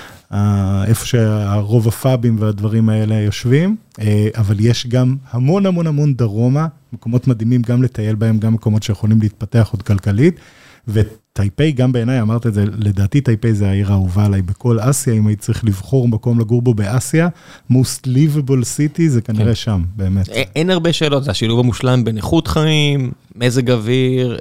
אה, איפה שהרוב הפאבים והדברים האלה יושבים, אה, אבל יש גם המון המון המון דרומה, מקומות מדהימים גם לטייל בהם, גם מקומות שיכולים להתפתח עוד כלכלית, וטייפיי גם בעיניי, אמרת את זה, לדעתי טייפיי זה העיר האהובה עליי בכל אסיה, אם היית צריך לבחור מקום לגור בו באסיה, most livable city זה כנראה שם, באמת. אין הרבה שאלות, זה השילוב המושלם בין איכות חיים, מזג אוויר,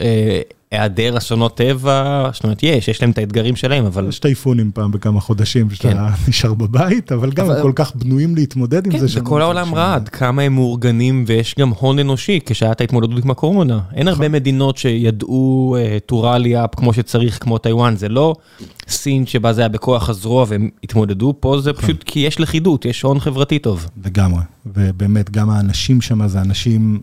היעדר אסונות טבע, זאת אומרת, יש, יש להם את האתגרים שלהם, אבל... יש טייפונים פעם בכמה חודשים, שאתה נשאר בבית, אבל גם כל כך בנויים להתמודד עם זה. וכל העולם רעד, כמה הם מאורגנים, ויש גם הון אנושי, כשהייתה התמודדות עם הקורונה. אין הרבה מדינות שידעו טורליה כמו שצריך, כמו טיואן, זה לא סין שבה זה היה בכוח הזרוע, והם התמודדו, פה זה פשוט כי יש לכידות, יש הון חברתי טוב. לגמרי, ובאמת גם האנשים שם, זה אנשים...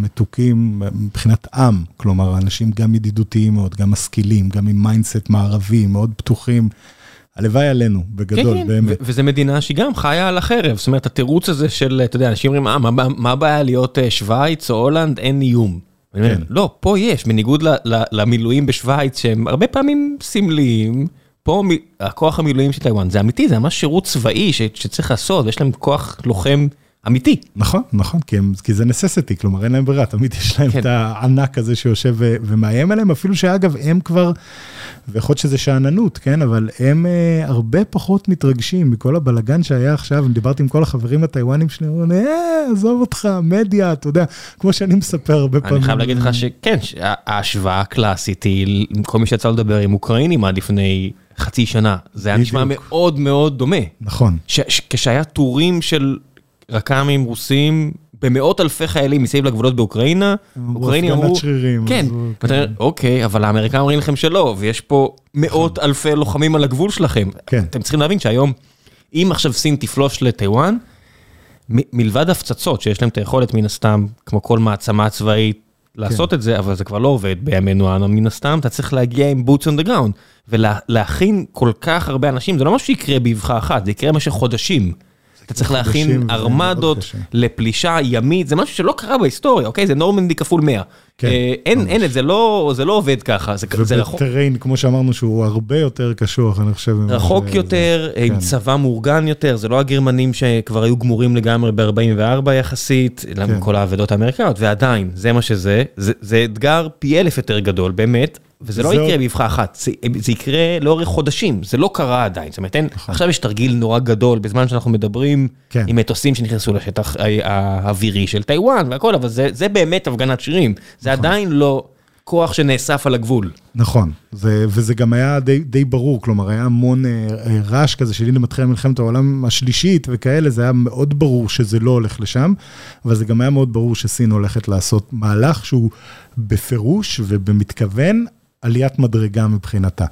מתוקים מבחינת עם, כלומר, אנשים גם ידידותיים מאוד, גם משכילים, גם עם מיינדסט מערבי, מאוד פתוחים, הלוואי עלינו, בגדול, כן, באמת. ו- וזה מדינה שהיא גם חיה על החרב, זאת אומרת, התירוץ הזה של, אתה יודע, אנשים אומרים, אה, מה, מה הבעיה להיות שוויץ או הולנד, אין איום. כן. אומר, לא, פה יש, בניגוד ל- ל- למילואים בשוויץ, שהם הרבה פעמים סמליים, פה מ- הכוח המילואים של טיואן, זה אמיתי, זה ממש שירות צבאי ש- שצריך לעשות, ויש להם כוח לוחם, אמיתי. נכון, נכון, כי, הם, כי זה necessity, כלומר אין להם ברירה, תמיד יש להם כן. את הענק הזה שיושב ו, ומאיים עליהם, אפילו שאגב הם כבר, ויכול להיות שזה שעננות, כן, אבל הם אה, הרבה פחות מתרגשים מכל הבלגן שהיה עכשיו, אני דיברתי עם כל החברים הטיואנים שלי, אומרים, אה, עזוב אותך, מדיה, אתה יודע, כמו שאני מספר הרבה פעמים. אני חייב להגיד לך שכן, ההשוואה הקלאסית היא, כל מי שיצא לדבר עם אוקראינים עד לפני חצי שנה, זה היה נשמע מאוד מאוד דומה. נכון. ש, ש, כשהיה טורים של רק"מים רוסים, במאות אלפי חיילים מסביב לגבולות באוקראינה, אוקראינים אמרו, כן, אוקיי, אבל האמריקאים אומרים לכם שלא, ויש פה מאות אלפי לוחמים על הגבול שלכם. אתם צריכים להבין שהיום, אם עכשיו סין תפלוש לטיואן, מלבד הפצצות, שיש להם את היכולת מן הסתם, כמו כל מעצמה צבאית, לעשות את זה, אבל זה כבר לא עובד בימינו אנו, מן הסתם, אתה צריך להגיע עם boots on the ground, ולהכין כל כך הרבה אנשים, זה לא משהו שיקרה באבחה אחת, זה יקרה במשך חודשים. אתה צריך להכין ארמדות לפלישה ימית, זה משהו שלא קרה בהיסטוריה, אוקיי? זה נורמנדי כפול מאה. אין, אין, זה לא, זה לא עובד ככה. ובטריין, כמו שאמרנו, שהוא הרבה יותר קשוח, אני חושב. רחוק יותר, עם צבא מאורגן יותר, זה לא הגרמנים שכבר היו גמורים לגמרי ב-ארבעים וארבע יחסית, כל העבדות האמריקאיות, ועדיין, זה מה שזה, זה אתגר פי אלף יותר גדול, באמת, וזה לא יקרה באבחה אחת, זה יקרה לאורך חודשים, זה לא קרה עדיין, זאת אומרת, עכשיו יש תרגיל נורא גדול, בזמן שאנחנו מדברים עם מטוסים שנכנסו לשטח האווירי של טיואן והכל, אבל זה באמת הפגנת שירים, זה עדיין לא כוח שנאסף על הגבול. נכון, וזה גם היה די ברור, כלומר, היה המון רעש כזה, שלי למתחיל מלחמת העולם השלישית וכאלה, זה היה מאוד ברור שזה לא הולך לשם, אבל זה גם היה מאוד ברור שסין הולכת לעשות מהלך שהוא בפירוש ובמתכוון, עליית מדרגה מבחינתה.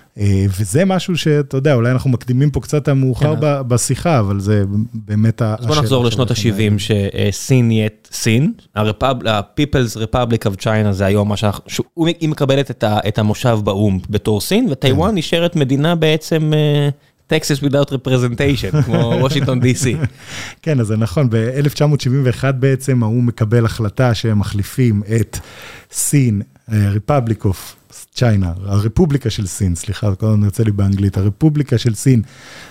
וזה משהו שאתה יודע, אולי אנחנו מקדימים פה קצת המאוחר בשיחה, אבל זה באמת... אז בוא נחזור לשנות ה-שבעים, שסין נהיית סין, ה-People's Republic of China זה היום מה שאנחנו... היא מקבלת את המושב באום בתור סין, וטיואן נשארת מדינה בעצם Texas without representation, כמו וושינגטון די סי. כן, אז זה נכון, ב-אלף תשע מאות שבעים ואחת בעצם, הוא מקבל החלטה שהם מחליפים את סין, Republic of China, הרפובליקה של סין, סליחה, כל הזמן נרצה לי באנגלית, הרפובליקה של סין,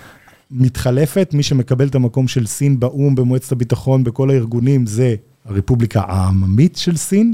מתחלפת, מי שמקבל את המקום של סין באום, במועצת הביטחון, בכל הארגונים, זה הרפובליקה העממית של סין,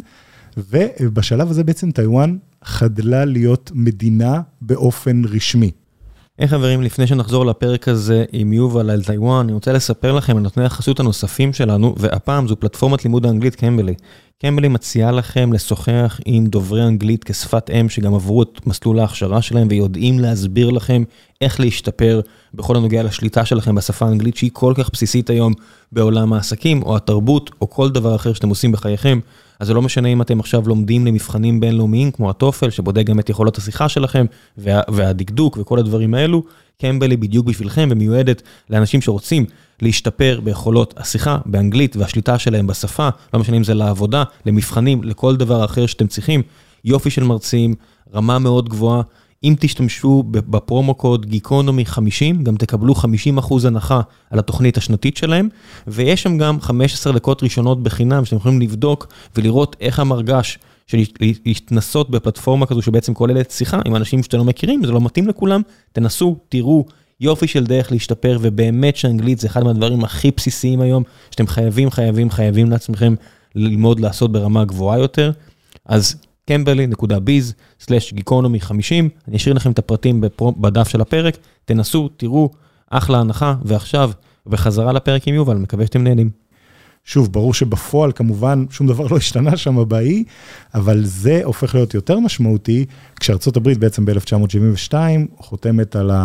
ובשלב הזה בעצם טיואן חדלה להיות מדינה באופן רשמי. היי חברים, לפני שנחזור לפרק הזה עם יובל על טיואן, אני רוצה לספר לכם על נותני החסות הנוספים שלנו, והפעם זו פלטפורמת לימוד האנגלית קמבלי. קמבלי מציעה לכם לשוחח עם דוברי אנגלית כשפת אם, שגם עברו את מסלול ההכשרה שלהם, ויודעים להסביר לכם איך להשתפר בכל הנוגע לשליטה שלכם בשפה האנגלית, שהיא כל כך בסיסית היום בעולם העסקים, או התרבות, או כל דבר אחר שאתם עושים בחייכם. אז זה לא משנה אם אתם עכשיו לומדים למבחנים בינלאומיים, כמו הטופל, שבודק גם את יכולות השיחה שלכם, וה, והדקדוק וכל הדברים האלו. קמבלי בדיוק בשבילכם, ומיועדת לאנשים שרוצים להשתפר ביכולות השיחה באנגלית, והשליטה שלהם בשפה, לא משנה אם זה לעבודה, למבחנים, לכל דבר אחר שאתם צריכים. יופי של מרצים, רמה מאוד גבוהה. אם תשתמשו בפרומו קוד גיקונומי חמישים, גם תקבלו חמישים אחוז הנחה על התוכנית השנתית שלהם, ויש שם גם חמש עשרה דקות ראשונות בחינם, שאתם יכולים לבדוק ולראות איך המרגש של להתנסות בפלטפורמה כזו, שבעצם כוללת שיחה עם אנשים שאתם לא מכירים, זה לא מתאים לכולם, תנסו, תראו, יופי של דרך להשתפר, ובאמת שאנגלית זה אחד מהדברים הכי בסיסיים היום, שאתם חייבים, חייבים, חייבים לעצמכם ללמוד לעשות ברמה גבוהה יותר, אז קמברלי נקודה ביז סלש גיקונומי חמישים, אני אשאיר לכם את הפרטים בדף של הפרק, תנסו, תראו, אחלה הנחה, ועכשיו, בחזרה לפרק עם יובל, מקווה שאתם נהנים. שוב, ברור שבפועל כמובן שום דבר לא השתנה שם הבאי, אבל זה הופך להיות יותר משמעותי, כשארצות הברית בעצם ב-אלף תשע מאות שבעים ושתיים חותמת על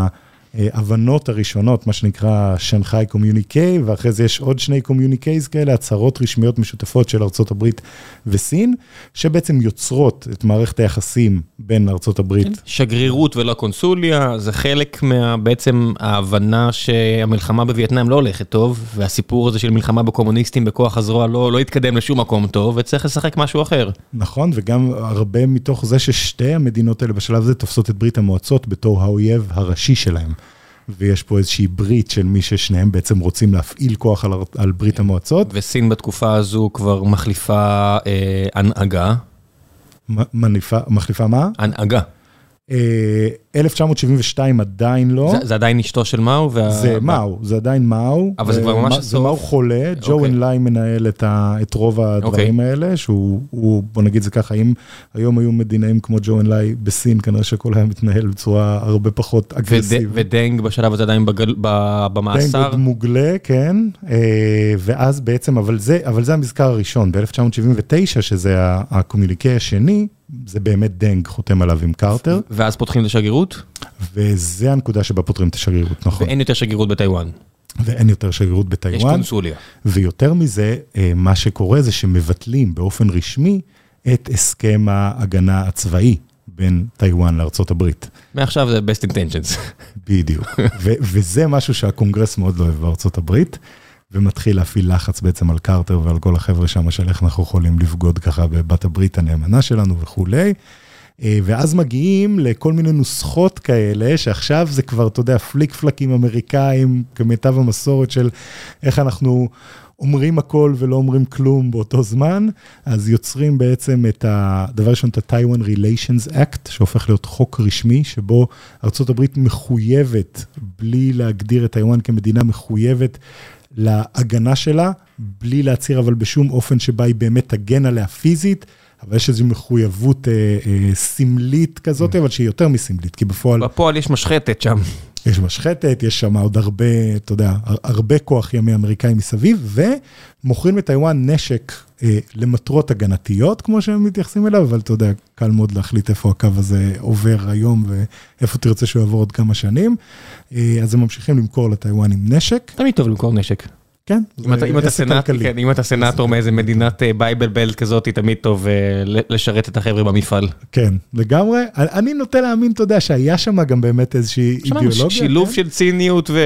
ההבנות הראשונות, מה שנקרא שנגחאי קומיוניקי, ואחרי זה יש עוד שני קומיוניקייז כאלה, הצהרות רשמיות משותפות של ארצות הברית וסין, שבעצם יוצרות את מערכת היחסים בין ארצות הברית. שגרירות ולא קונסוליה, זה חלק מה, בעצם ההבנה שהמלחמה בווייטנאם לא הולכת טוב, והסיפור הזה של מלחמה בקומוניסטים בכוח הזרוע לא, לא יתקדם לשום מקום טוב, וצריך לשחק משהו אחר. נכון, וגם הרבה מתוך זה ששתי המדינות האלה בשלב הזה תופסות את ברית המועצות בתור האויב הראשי שלהם. ויש פה איזושהי ברית של מי ששניהם בעצם רוצים להפעיל כוח על, על ברית המועצות. וסין בתקופה הזו כבר מחליפה אה, הנהגה. מניפה, מחליפה מה? הנהגה. אלף תשע מאות שבעים ושתיים עדיין לא. זה, זה עדיין אשתו של מאו? וה... זה מאו, זה עדיין מאו. אבל זה כבר ממש סוף. זה מאו חולה, ג'ו אן ליי מנהל את, ה, את רוב הדברים okay. האלה, שהוא, הוא, בוא נגיד זה ככה, אם היום היו מדינאים כמו ג'ו אן ליי בסין, כנראה שכל היה מתנהל בצורה הרבה פחות אגרסיבית. וד, ודנג בשלב הזה עדיין בגל, במאסר? דנג עוד מוגלה, כן. ואז בעצם, אבל זה, אבל זה המזכר הראשון, ב-אלף תשע מאות שבעים ותשע, שזה הקומיוניקי השני, זה באמת דנג חותם עליו עם קארטר. ואז פותחים את השגרירות? וזה הנקודה שבה פותרים את השגרירות, נכון. ואין יותר שגרירות בטיואן. ואין יותר שגרירות בטיואן. יש קונסוליה. ויותר מזה, מה שקורה זה שמבטלים באופן רשמי את הסכם ההגנה הצבאי בין טיואן לארצות הברית. מעכשיו זה best intentions. בדיוק. וזה משהו שהקונגרס מאוד לא אוהב בארצות הברית, ומתחיל להפעיל לחץ בעצם על קארטר ועל כל החבר'ה שם, של איך אנחנו יכולים לבגוד ככה בבת הברית הנאמנה שלנו וכולי. ואז מגיעים לכל מיני נוסחות כאלה, שעכשיו זה כבר, אתה יודע, פליק פלקים אמריקאים, כמיטב המסורת של איך אנחנו אומרים הכל ולא אומרים כלום באותו זמן, אז יוצרים בעצם את הדבר ראשון, את ה-Taiwan Relations Act, שהופך להיות חוק רשמי, שבו ארצות הברית מחויבת, בלי להגדיר את טיואן כמדינה מחויבת, להגנה שלה, בלי להצהיר אבל בשום אופן שבה היא באמת תגן עליה פיזית, אבל יש איזו מחויבות אה, אה, סמלית כזאת, אבל שהיא יותר מסמלית, כי בפועל... בפועל יש משחטת שם. יש משחטת, יש שם עוד הרבה, אתה יודע, הרבה כוח ימי אמריקאי מסביב, ומוכרים לטיואן נשק אה, למטרות הגנתיות, כמו שהם מתייחסים אליו, אבל אתה יודע, קל מאוד להחליט איפה הקו הזה עובר היום, ואיפה תרצה שהוא יעבור עוד כמה שנים. אה, אז הם ממשיכים למכור לטיואן עם נשק. תמיד טוב למכור נשק. כן, אם אתה סנאטור מאיזה מדינת בייבל בלט כזאת, תמיד טוב לשרת את החבר'ה במפעל. כן, לגמרי. אני נוטה להאמין, אתה יודע, שהיה שם גם באמת איזושהי אידיאולוגיה. שילוב של ציניות ו...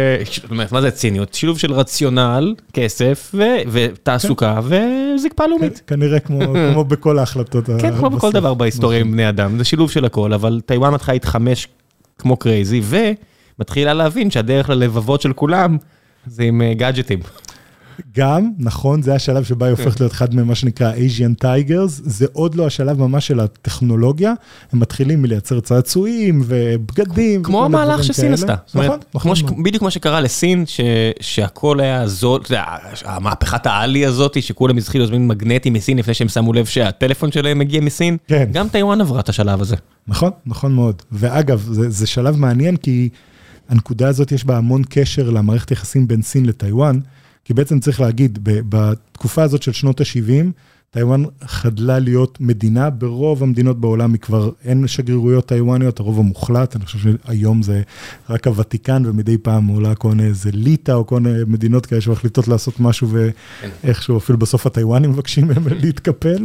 מה זה ציניות? שילוב של רציונל, כסף ותעסוקה וזקפה לאומית. כנראה כמו בכל ההחלטות. כן, כמו בכל דבר בהיסטוריה עם בני אדם. זה שילוב של הכל, אבל טיואן מתחילה להתחמש כמו קרייזי, ו... מתחילה להבין שהדרך ללבבות של כולם, זה עם גאדג'טים. גם, נכון, זה השלב שבה היא הופכת להיות אחד ממה שנקרא Asian Tigers, זה עוד לא השלב ממש של הטכנולוגיה, הם מתחילים מלייצר צעצועים ובגדים. כמו המהלך שסין עשתה. נכון, נכון. בדיוק מה שקרה לסין, שהכל היה זול, המהפכת העלי הזאת, שכולם התחילו להזמין מגנטים מסין, לפני שהם שמו לב שהטלפון שלהם מגיע מסין, גם טיואן עברה את השלב הזה. נכון, נכון מאוד. ואגב, זה שלב מעניין, כי הנקודה הזאת יש בה המון קשר למערכת יחסים בין סין לטיואן, כי בעצם צריך להגיד, בתקופה הזאת של שנות ה-שבעים, טיואן חדלה להיות מדינה, ברוב המדינות בעולם היא כבר אין שגרירויות טיואניות, הרוב המוחלט, אני חושב שהיום זה רק הוותיקן, ומדי פעם עולה כל איזה ליטא, או כל מדינות כאלה שמחליטות לעשות משהו, ואיכשהו אפילו בסוף הטיואנים מבקשים מהם להתקפל.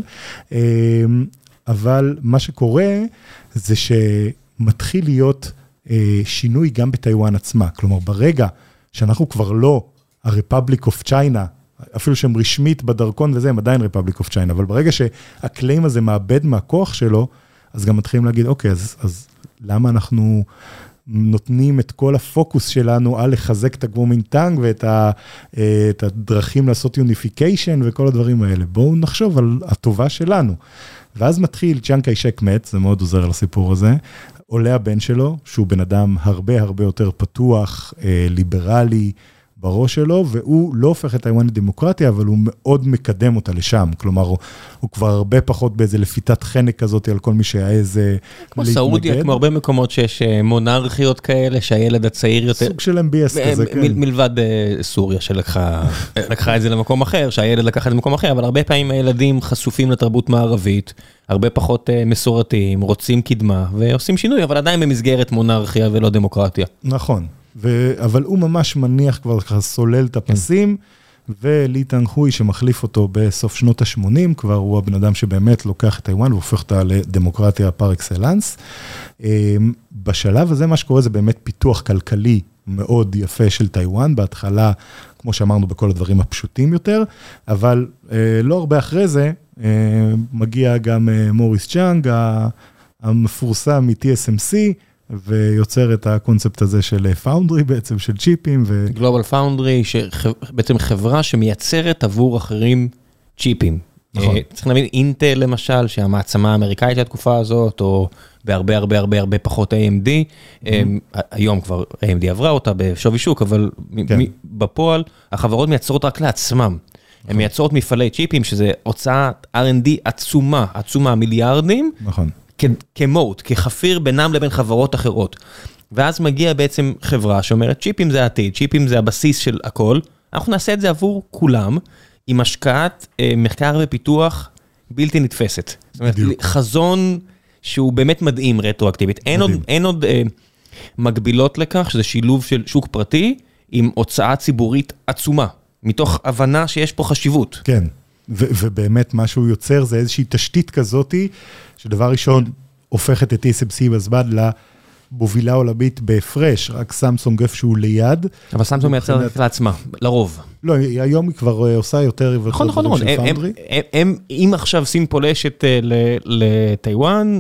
אבל מה שקורה, זה שמתחיל להיות שינוי גם בטיואן עצמה, כלומר ברגע שאנחנו כבר לא, הרפובליק אוף צ'יינה, אפילו שהם רשמית בדרכון וזה, הם עדיין רפובליק אוף צ'יינה, אבל ברגע שהקליים הזה מאבד מהכוח שלו, אז גם מתחילים להגיד, אוקיי, אז, אז למה אנחנו נותנים את כל הפוקוס שלנו על לחזק את הגוומינטנג ואת ה, את הדרכים לעשות יוניפיקיישן וכל הדברים האלה. בואו נחשוב על הטובה שלנו. ואז מתחיל, צ'יאנג קאי-שק מת, זה מאוד עוזר לסיפור הזה, עולה הבן שלו, שהוא בן אדם הרבה הרבה יותר פתוח, ליברלי, בראש שלו, והוא לא הופך את טיואן לדמוקרטיה, אבל הוא מאוד מקדם אותה לשם, כלומר, הוא, הוא כבר הרבה פחות באיזה לפיתת חנק כזאת, על כל מי שהיה איזה כמו להתנגד. סעודיה, כמו הרבה מקומות שיש מונרכיות כאלה, שהילד הצעיר יותר... סוג של אם בי אס כזה, כן. מ- מלבד סוריה, שלקחה לקחה את זה למקום אחר, שהילד לקח את זה למקום אחר, אבל הרבה פעמים הילדים חשופים לתרבות מערבית, הרבה פחות מסורתיים, רוצים קדמה, ועושים שינוי, אבל עדיין במסגרת מונרכיה ולא דמוקרטיה. נכון. ו... אבל הוא ממש מניח כבר ככה סולל את הפסים, ולי טנג הוי שמחליף אותו בסוף שנות ה-שמונים, כבר הוא הבן אדם שבאמת לוקח את טיואן, והופך אותה לדמוקרטיה פר אקסלנס. בשלב הזה מה שקורה זה באמת פיתוח כלכלי מאוד יפה של טיואן, בהתחלה, כמו שאמרנו, בכל הדברים הפשוטים יותר, אבל לא הרבה אחרי זה, מגיע גם מוריס צ'אנג, המפורסם מ-טי אס אם סי, ויוצר את הקונספט הזה של פאונדרי בעצם, של צ'יפים. גלובל פאונדרי, שבעצם חברה שמייצרת עבור אחרים צ'יפים. נכון. צריך להבין, אינטל למשל, שהמעצמה האמריקאית לתקופה הזאת, או בהרבה הרבה הרבה הרבה פחות איי אם די, היום כבר איי אם די עברה אותה בשווי שוק, אבל בפועל, החברות מייצרות רק לעצמם. הן מייצרות מפעלי צ'יפים, שזה הוצאת אר אנד די עצומה, עצומה מיליארדים. נכון. כמוט, כחפיר בינם לבין חברות אחרות. ואז מגיע בעצם חברה שאומרת, צ'יפים זה העתיד, צ'יפים זה הבסיס של הכל, אנחנו נעשה את זה עבור כולם, עם השקעת אה, מחקר ופיתוח בלתי נתפסת. זאת אומרת, חזון שהוא באמת מדהים רטרואקטיבית. אין עוד, אין עוד אה, מקבילות לכך, שזה שילוב של שוק פרטי, עם הוצאה ציבורית עצומה, מתוך הבנה שיש פה חשיבות. כן. ו- ובאמת מה שהוא יוצר זה איזושהי תשתית כזאתי, שדבר ראשון הופכת את טי אס אם סי בזמן למובילה עולמית בהפרש, רק סמסונג איפשהו ליד. אבל סמסונג מייצר רק לעצמה, לרוב. לא, היום היא כבר עושה יותר נכון, נכון, נכון. אם עכשיו סין פולשת לטיואן,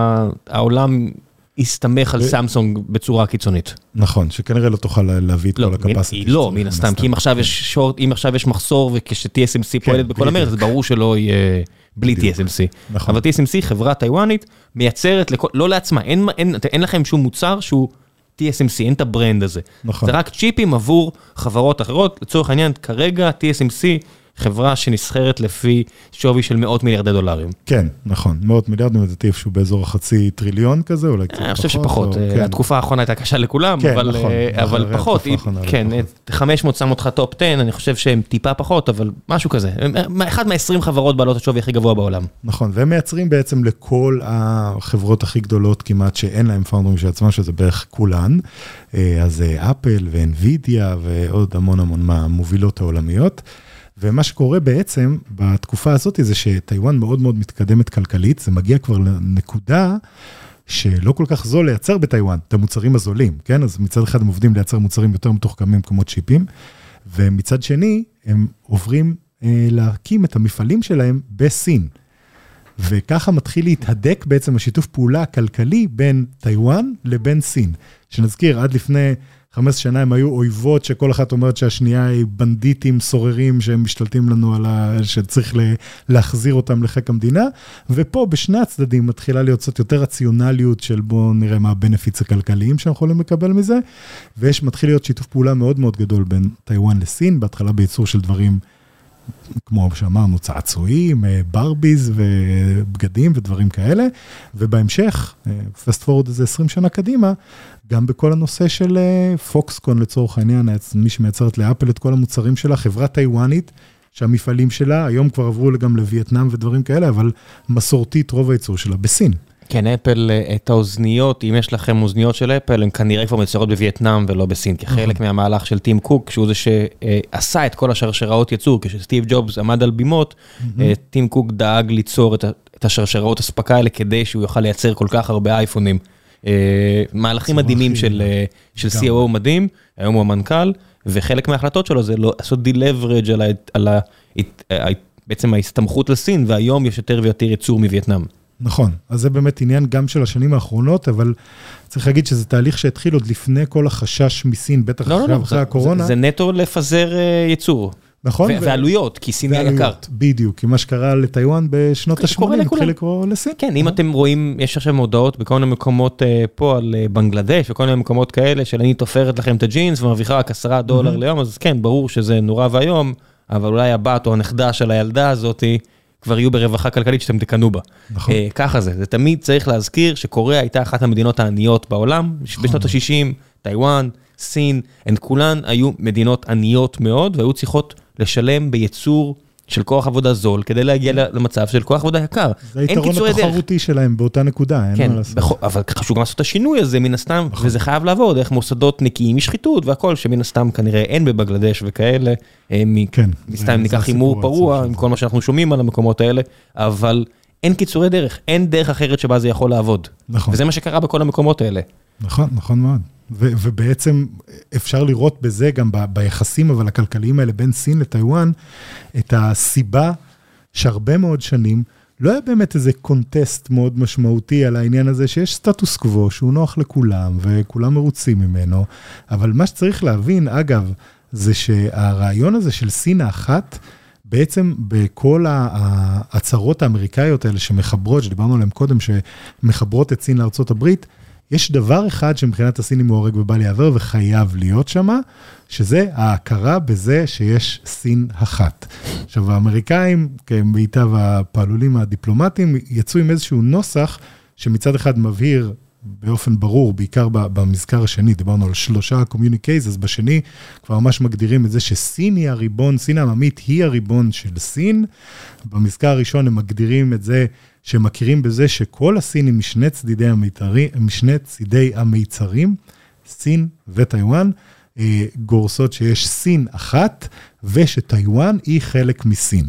העולם יסתמך על סמסונג בצורה קיצונית. נכון, שכנראה לא תוכל להביא את כל הקפסיטי. לא, מן הסתם, כי אם עכשיו יש מחסור וכש-טי אס אם סי פועלת בכל המרד, אז ברור שלא יהיה בלי טי אס אם סי. אבל טי אס אם סי, חברה טיואנית, מייצרת, לא לעצמה, אין לכם שום מוצר שהוא טי אס אם סי, אין את הברנד הזה. זה רק צ'יפים עבור חברות אחרות, לצורך העניין, כרגע טי אס אם סי, חברה שנסחרת לפי שווי של מאות מיליארדי דולרים. כן, נכון. מאות מיליארדים, לדעתי איפשהו באזור החצי טריליון כזה, אולי קצת פחות. אני חושב שפחות. התקופה האחרונה הייתה קשה לכולם, אבל פחות. כן, חמש מאות שם אותך טופ עשר, אני חושב שהם טיפה פחות, אבל משהו כזה. אחד מה-עשרים חברות בעלות השווי הכי גבוה בעולם. נכון, והם מייצרים בעצם לכל החברות הכי גדולות כמעט שאין להם פאונדרים של עצמם, שזה בערך כולן. אז אפל ואנווידיה ועוד המון המון מהמובילות העולמיות. ומה שקורה בעצם בתקופה הזאת זה שטיואן מאוד מאוד מתקדמת כלכלית, זה מגיע כבר לנקודה שלא כל כך זול לייצר בטיואן, את המוצרים הזולים, כן? אז מצד אחד הם עובדים לייצר מוצרים יותר מתוחכמים כמו צ'יפים, ומצד שני הם עוברים אה, להקים את המפעלים שלהם בסין. וככה מתחיל להתהדק בעצם השיתוף פעולה הכלכלי בין טיואן לבין סין. שנזכיר, עד לפני חמש שנה הם היו אויבות שכל אחת אומרת שהשנייה היא בנדיטים, סוררים שהם משתלטים לנו על ה... שצריך להחזיר אותם לחיק המדינה, ופה בשני הצדדים מתחילה להיות קצת יותר רציונליות של בואו נראה מה הבנפיץ הכלכליים שאנחנו יכולים לקבל מזה, ויש מתחיל להיות שיתוף פעולה מאוד מאוד גדול בין טיואן לסין, בהתחלה בייצור של דברים כמו שאמרנו, צעצועים, ברביז ובגדים ודברים כאלה, ובהמשך, פסט פורוד איזה עשרים שנה קדימה, גם בכל הנושא של פוקסקון לצורך העניין, מי שמייצרת לאפל את כל המוצרים שלה, חברה טיואנית, שהמפעלים שלה היום כבר עברו גם לווייטנאם ודברים כאלה, אבל מסורתית רוב הייצור שלה בסין. כן, אפל, את האוזניות, אם יש לכם אוזניות של אפל, הן כנראה כבר מצורות בווייטנאם ולא בסין, כחלק מהמהלך של טים קוק, שהוא זה שעשה את כל השרשראות ייצור, כשסטיב ג'ובס עמד על בימות, טים קוק דאג ליצור את השרשראות הספקה האלה, כדי שהוא יוכל לייצר כל כך הרבה אייפונים. מהלכים מדהימים של סי או או מדהים, היום הוא המנכ"ל, וחלק מההחלטות שלו זה לעשות דילברג' על בעצם ההסתמכות לסין, והיום יש יותר ויותר ייצור מווייטנאם. נכון, אז זה באמת עניין גם של השנים האחרונות, אבל צריך להגיד שזה תהליך שהתחיל עוד לפני כל החשש מסין, בטח לא, עכשיו לא, אחרי זה, הקורונה. זה, זה נטו לפזר ייצור. נכון. ו- ו- ועלויות, כי סין היה יקר. בדיוק, כי מה שקרה לטיואן בשנות ה-שמונים, התחיל לקרוא לסין. כן, אם אתם רואים, יש עכשיו מודעות בכל מיני מקומות פה על בנגלדש, וכל מיני מקומות כאלה, של אני תופרת לכם את הג'ינס, ומרוויחה רק עשרה דולר ליום, אז כן, ברור שזה נורא והיום, אבל אולי הבת או הנכדה של הילדה הזאת, כבר יהיו ברווחה כלכלית שאתם תקנו בה. נכון. ככה זה, זה תמיד צריך להזכיר שקוריאה הייתה אחת המדינות העניות בעולם, בשנות ה-שישים, טיואן, סין, הן כולן היו מדינות עניות מאוד, והיו צריכות לשלם בייצור של כוח עבודה זול, כדי להגיע למצב של כוח עבודה יקר. זה היתרון התחרותי שלהם באותה נקודה, אין מה לעשות. אבל חשוב גם לעשות את השינוי הזה מן הסתם, וזה חייב לעבור דרך מוסדות נקיים משחיתות, והכל שמן הסתם כנראה אין בבנגלדש וכאלה, מסתם ניקח הימור פרוע, עם כל מה שאנחנו שומעים על המקומות האלה, אבל אין קיצורי דרך, אין דרך אחרת שבה זה יכול לעבוד. וזה מה שקרה בכל המקומות האלה. נכון, נכון מאוד. ו- ובעצם אפשר לראות בזה גם ב- ביחסים, אבל הכלכליים האלה בין סין לטיואן, את הסיבה שהרבה מאוד שנים, לא היה באמת איזה קונטסט מאוד משמעותי על העניין הזה, שיש סטטוס קוו שהוא נוח לכולם, וכולם מרוצים ממנו, אבל מה שצריך להבין, אגב, זה שהרעיון הזה של סין האחת, בעצם בכל ההצהרות האמריקאיות האלה שמחברות, שדיברנו עליהן קודם, שמחברות את סין לארצות הברית, יש דבר אחד שמבחינת הסינים הוא הורג ובל יעבור וחייב להיות שמה, שזה ההכרה בזה שיש סין אחת. עכשיו, האמריקאים, כמיטב הפעלולים הדיפלומטיים, יצאו עם איזשהו נוסח שמצד אחד מבהיר באופן ברור, בעיקר במזכר השני, דיברנו על שלושה communiques, אז בשני כבר ממש מגדירים את זה שסין היא הריבון, סין העממית היא הריבון של סין. במזכר הראשון הם מגדירים את זה שמכירים בזה שכל הסינים משני צדידי המיתרים, משני צידי המיצרים, סין וטיואן, גורסות שיש סין אחת, ושטיואן היא חלק מסין.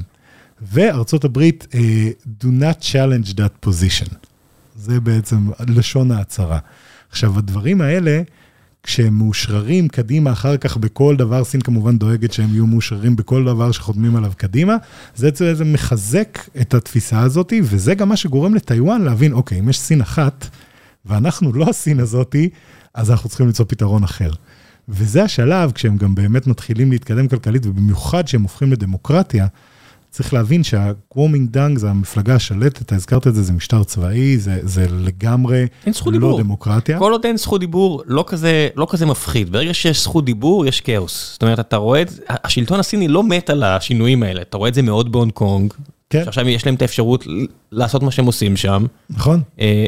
וארצות הברית, do not challenge that position. זה בעצם לשון ההצהרה. עכשיו, הדברים האלה, כשהם מאושררים קדימה, אחר כך בכל דבר, סין כמובן דואגת שהם יהיו מאושררים בכל דבר שחותמים עליו קדימה, זה זה מחזק את התפיסה הזאת, וזה גם מה שגורם לטיואן להבין, אוקיי, אם יש סין אחת, ואנחנו לא הסין הזאת, אז אנחנו צריכים למצוא פתרון אחר. וזה השלב, כשהם גם באמת מתחילים להתקדם כלכלית, ובמיוחד שהם הופכים לדמוקרטיה, צריך להבין שהקוומינג דאנג זה המפלגה השלטת, אתה הזכרת את זה, זה משטר צבאי, זה, זה לגמרי לא דיבור. דמוקרטיה. כל עוד אין זכות דיבור, לא כזה, לא כזה מפחיד. ברגע שיש זכות דיבור, יש כאוס. זאת אומרת, אתה רואה, השלטון הסיני לא מת על השינויים האלה. אתה רואה את זה מאוד בהונג קונג, כן. שעכשיו יש להם את האפשרות לעשות מה שהם עושים שם. נכון.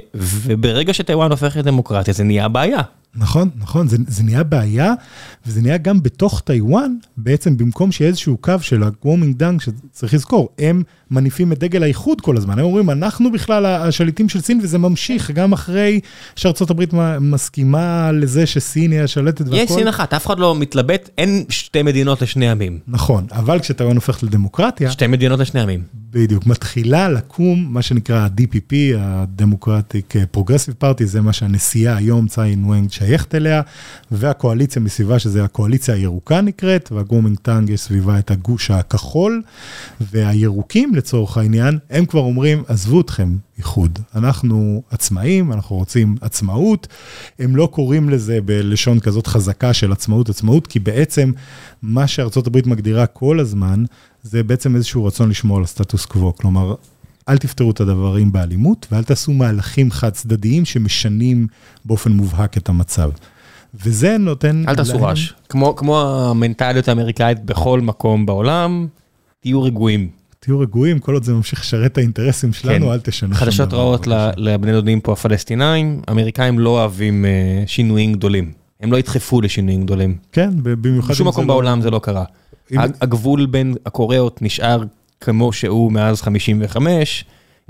וברגע שטיואן הופך לדמוקרטיה, זה נהיה בעיה. נכון, נכון, זה, זה נהיה בעיה, וזה נהיה גם בתוך טיואן, בעצם במקום שיהיה איזשהו קו של הקוומינג דאנג, שצריך לזכור, הם מניפים את דגל האיחוד כל הזמן, הם אומרים, אנחנו בכלל השליטים של סין, וזה ממשיך גם אחרי שארצות הברית מסכימה לזה שסין היא השלטת והכל. יש סין אחת, אף אחד לא מתלבט, אין שתי מדינות לשני עמים. נכון, אבל כשטיואן הופכת לדמוקרטיה, שתי מדינות לשני עמים. בדיוק, מתחילה לקום, מה שנקרא ה-די פי פי, ה-Democratic Progressive Party, זה מה שהנשיאה היום, צאי אינג-ווינג, שייכת אליה, והקואליציה מסביבה, שזה הקואליציה הירוקה נקראת, והקוומינג דאנג יש סביבה את הגוש הכחול, והירוקים לצורך העניין, הם כבר אומרים, עזבו אתכם איחוד. אנחנו עצמאים, אנחנו רוצים עצמאות, הם לא קוראים לזה בלשון כזאת חזקה של עצמאות, עצמאות, כי בעצם מה שארצות הברית מגדירה כל הזמן, זה בעצם איזשהו רצון לשמור על הסטטוס קוו, כלומר, אל תפתרו את הדברים באלימות, ואל תעשו מהלכים חד צדדיים שמשנים באופן מובהק את המצב. וזה נותן... אל תעשו רעש. כמו, כמו המנטליות האמריקאית בכל מקום בעולם, תהיו רגועים. תהיו רגועים, כל עוד זה ממשיך לשרת את האינטרסים שלנו, כן. אל תשנו. חדשות רעות לבני דודים פה הפלסטינאים, אמריקאים לא אוהבים שינויים גדולים. הם לא ידחפו לשינויים גדולים. כן, במיוחד... בשום מקום בעולם זה לא קרה. הגבול בין הקוריאות נשאר כמו שהוא מאז חמישים וחמש,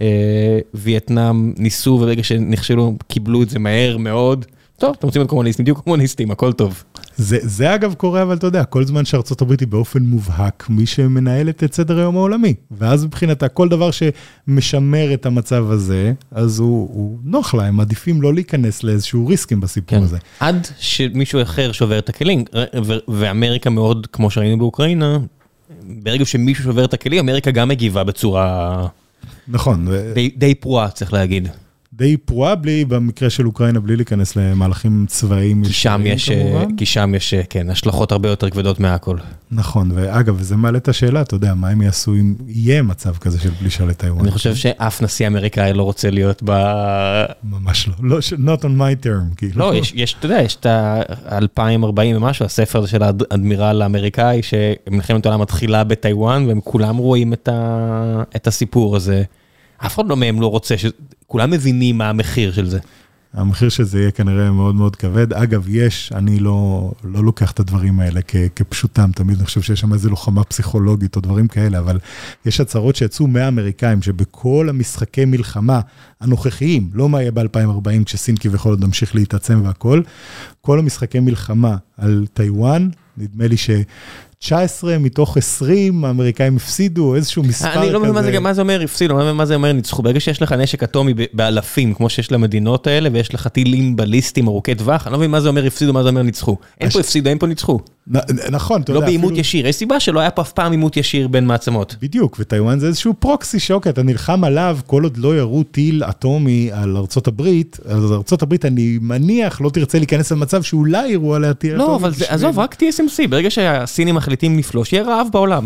וייטנאם ניסו, וברגע שנכשלו, קיבלו את זה מהר מאוד. טוב, אתם רוצים את קומוניסטים, תהיו קומוניסטים, הכל טוב. זה, זה אגב קורה, אבל אתה יודע, כל זמן שארצות הברית היא באופן מובהק, מי שמנהלת את סדר היום העולמי, ואז מבחינתה, כל דבר שמשמר את המצב הזה, אז הוא, הוא נוח להם, עדיפים לא להיכנס לאיזשהו ריסקים בסיפור כן. הזה. עד שמישהו אחר שובר את הכלים, ואמריקה מאוד, כמו שראינו באוקראינה, ברגע שמישהו שובר את הכלים, אמריקה גם מגיבה בצורה... נכון. די, די פרועה, צריך להגיד. די פרועה, בלי, במקרה של אוקראינה, בלי להיכנס למהלכים צבאיים. כי שם יש, כי שם יש, כן, השלכות הרבה יותר כבדות מהכל. נכון, ואגב, וזה מעלה את השאלה, אתה יודע, מה הם יעשו אם יהיה מצב כזה של פלישה לטיואן? אני חושב שאף נשיא אמריקאי לא רוצה להיות ב... ממש לא, לא, not on my term. לא, יש, יש, אתה יודע, יש את ה-אלפיים וארבעים ומשהו, הספר הזה של האדמירל האמריקאי, שמלחמת העולם מתחילה בטיואן, והם כולם רואים את ה, את הסיפור הזה. אף אחד לא מהם לא רוצה, כולם מבינים מה המחיר של זה. המחיר של זה יהיה כנראה מאוד מאוד כבד. אגב, יש, אני לא, לא לוקח את הדברים האלה כ, כפשוטם, תמיד אני חושב שיש שם איזו לוחמה פסיכולוגית או דברים כאלה, אבל יש הצהרות שיצאו מהאמריקאים, שבכל המשחקי מלחמה הנוכחיים, לא מה יהיה ב-אלפיים וארבעים, כשסין כביכול עוד נמשיך להתעצם והכל, כל המשחקי מלחמה על טיואן, נדמה לי ש... תשע עשרה מתוך עשרים, האמריקאים הפסידו איזשהו מספר כזה. אני לא מבין מה זה, מה זה אומר הפסידו, מה זה אומר ניצחו. ברגע שיש לך נשק אטומי באלפים, כמו שיש למדינות האלה, ויש לך טילים בליסטים ארוכי טווח, אני לא מבין מה זה אומר הפסידו, מה זה אומר ניצחו. אין פה הפסידו, אין פה ניצחו. נכון, אתה יודע. לא בעימות ישיר, יש סיבה שלא היה פה אף פעם עימות ישיר בין מעצמות. בדיוק, וטיואן זה איזשהו פרוקסי שאוקיי, אתה נלחם עליו, כל עוד לא ירו טיל אטומי על ארצות הברית, אז ארצות הברית אני מניח לא תרצה להיכנס למצב שאולי ירו עליה טיל אטומי. לא, אבל עזוב, רק טי אס אם סי, ברגע שהסינים מחליטים לפלוש, יהיה רעב בעולם.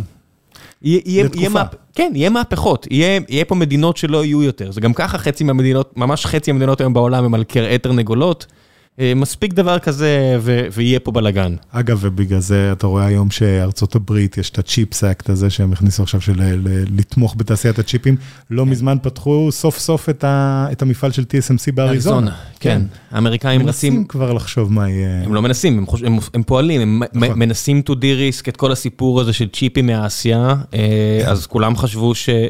כן, יהיה מהפכות, יהיה פה מדינות שלא יהיו יותר. זה גם ככה חצי מהמדינות, ממש חצי המדינות היום בעולם הם על קרעי תרנגולות. מספיק דבר כזה ויהיה פה בלגן. אגב, ובגלל זה אתה רואה היום שארצות הברית, יש את הצ'יפס אקט הזה שהם הכניסו עכשיו של לתמוך בתעשיית הצ'יפים, לא מזמן פתחו סוף סוף את המפעל של טי אס אם סי באריזונה. כן, האמריקאים מנסים כבר לחשוב מה יהיה. הם לא מנסים, הם פועלים, הם מנסים to de-risk את כל הסיפור הזה של צ'יפים מהאסיה, אז כולם חשבו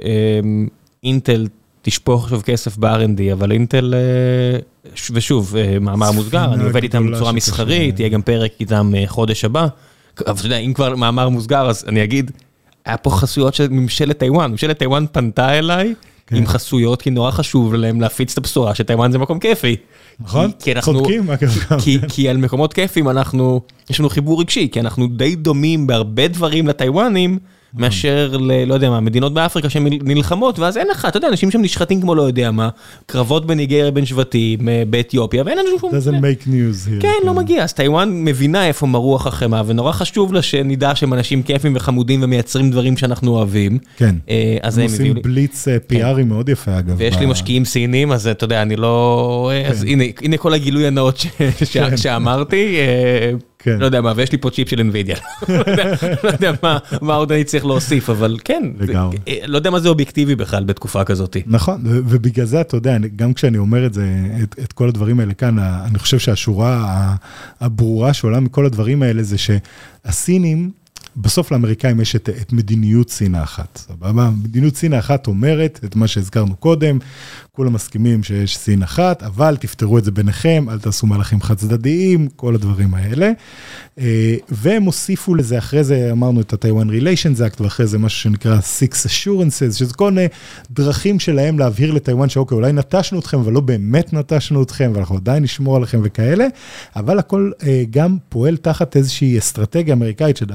שאינטל תשפוך עכשיו כסף ב-אר אנד די, אבל אינטל, ושוב, מאמר מוסגר, אני עובד איתם בצורה מסחרית, יהיה גם פרק איתם חודש הבא, אבל אתה יודע, אם כבר מאמר מוסגר, אז אני אגיד, היה פה חסויות של ממשלת טיואן, ממשלת טיואן פנתה אליי, עם חסויות, כי נורא חשוב להם להפיץ את הבשורה, שטיואן זה מקום כיפי. נכון? צודקים. כי על מקומות כיפים אנחנו, יש לנו חיבור רגשי, כי אנחנו די דומים בהרבה דברים לטיואנים, מאשר, לא יודע מה, מדינות באפריקה שהן נלחמות, ואז אין לך, אתה יודע, אנשים שם נשחטים כמו לא יודע מה, קרבות בניגריה בין שבטים, באתיופיה, ואין לנו שום... doesn't make news here. כן, לא מגיע, אז טיואן מבינה איפה מרוח החמה, ונורא חשוב לה שנדע שהם אנשים כיפים וחמודים, ומייצרים דברים שאנחנו אוהבים. כן. אז הם עושים בליץ פי ארי מאוד יפה, אגב. ויש לי משקיעים סינים, אז אתה יודע, אני לא... אז הנה כל הגילוי הנאות שאמרתי, לא יודע מה, ויש לי פה צ'יפ של אינווידיה. לא יודע מה עוד אני צריך להוסיף, אבל כן, לא יודע מה זה אובייקטיבי בכלל בתקופה כזאת. נכון, ובגלל זה אתה יודע, גם כשאני אומר את זה, את כל הדברים האלה כאן, אני חושב שהשורה הברורה שעולה מכל הדברים האלה זה שהסינים, בסוף לאמריקאים יש את, את מדיניות סין האחת. סבבה? מדיניות סין האחת אומרת את מה שהזכרנו קודם, כולם מסכימים שיש סין אחת, אבל תפתרו את זה ביניכם, אל תעשו מהלכים חד צדדיים, כל הדברים האלה. והם הוסיפו לזה, אחרי זה אמרנו את ה-Taiwan Relations Act, ואחרי זה משהו שנקרא Six Assurances, שזה כל מיני דרכים שלהם להבהיר לטיואן שאוקיי, אולי נטשנו אתכם, אבל לא באמת נטשנו אתכם, ואנחנו עדיין נשמור עליכם וכאלה, אבל הכל גם פועל תחת איזושהי אסטרטגיה אמריקאית, שדעתי מאוד חשובה,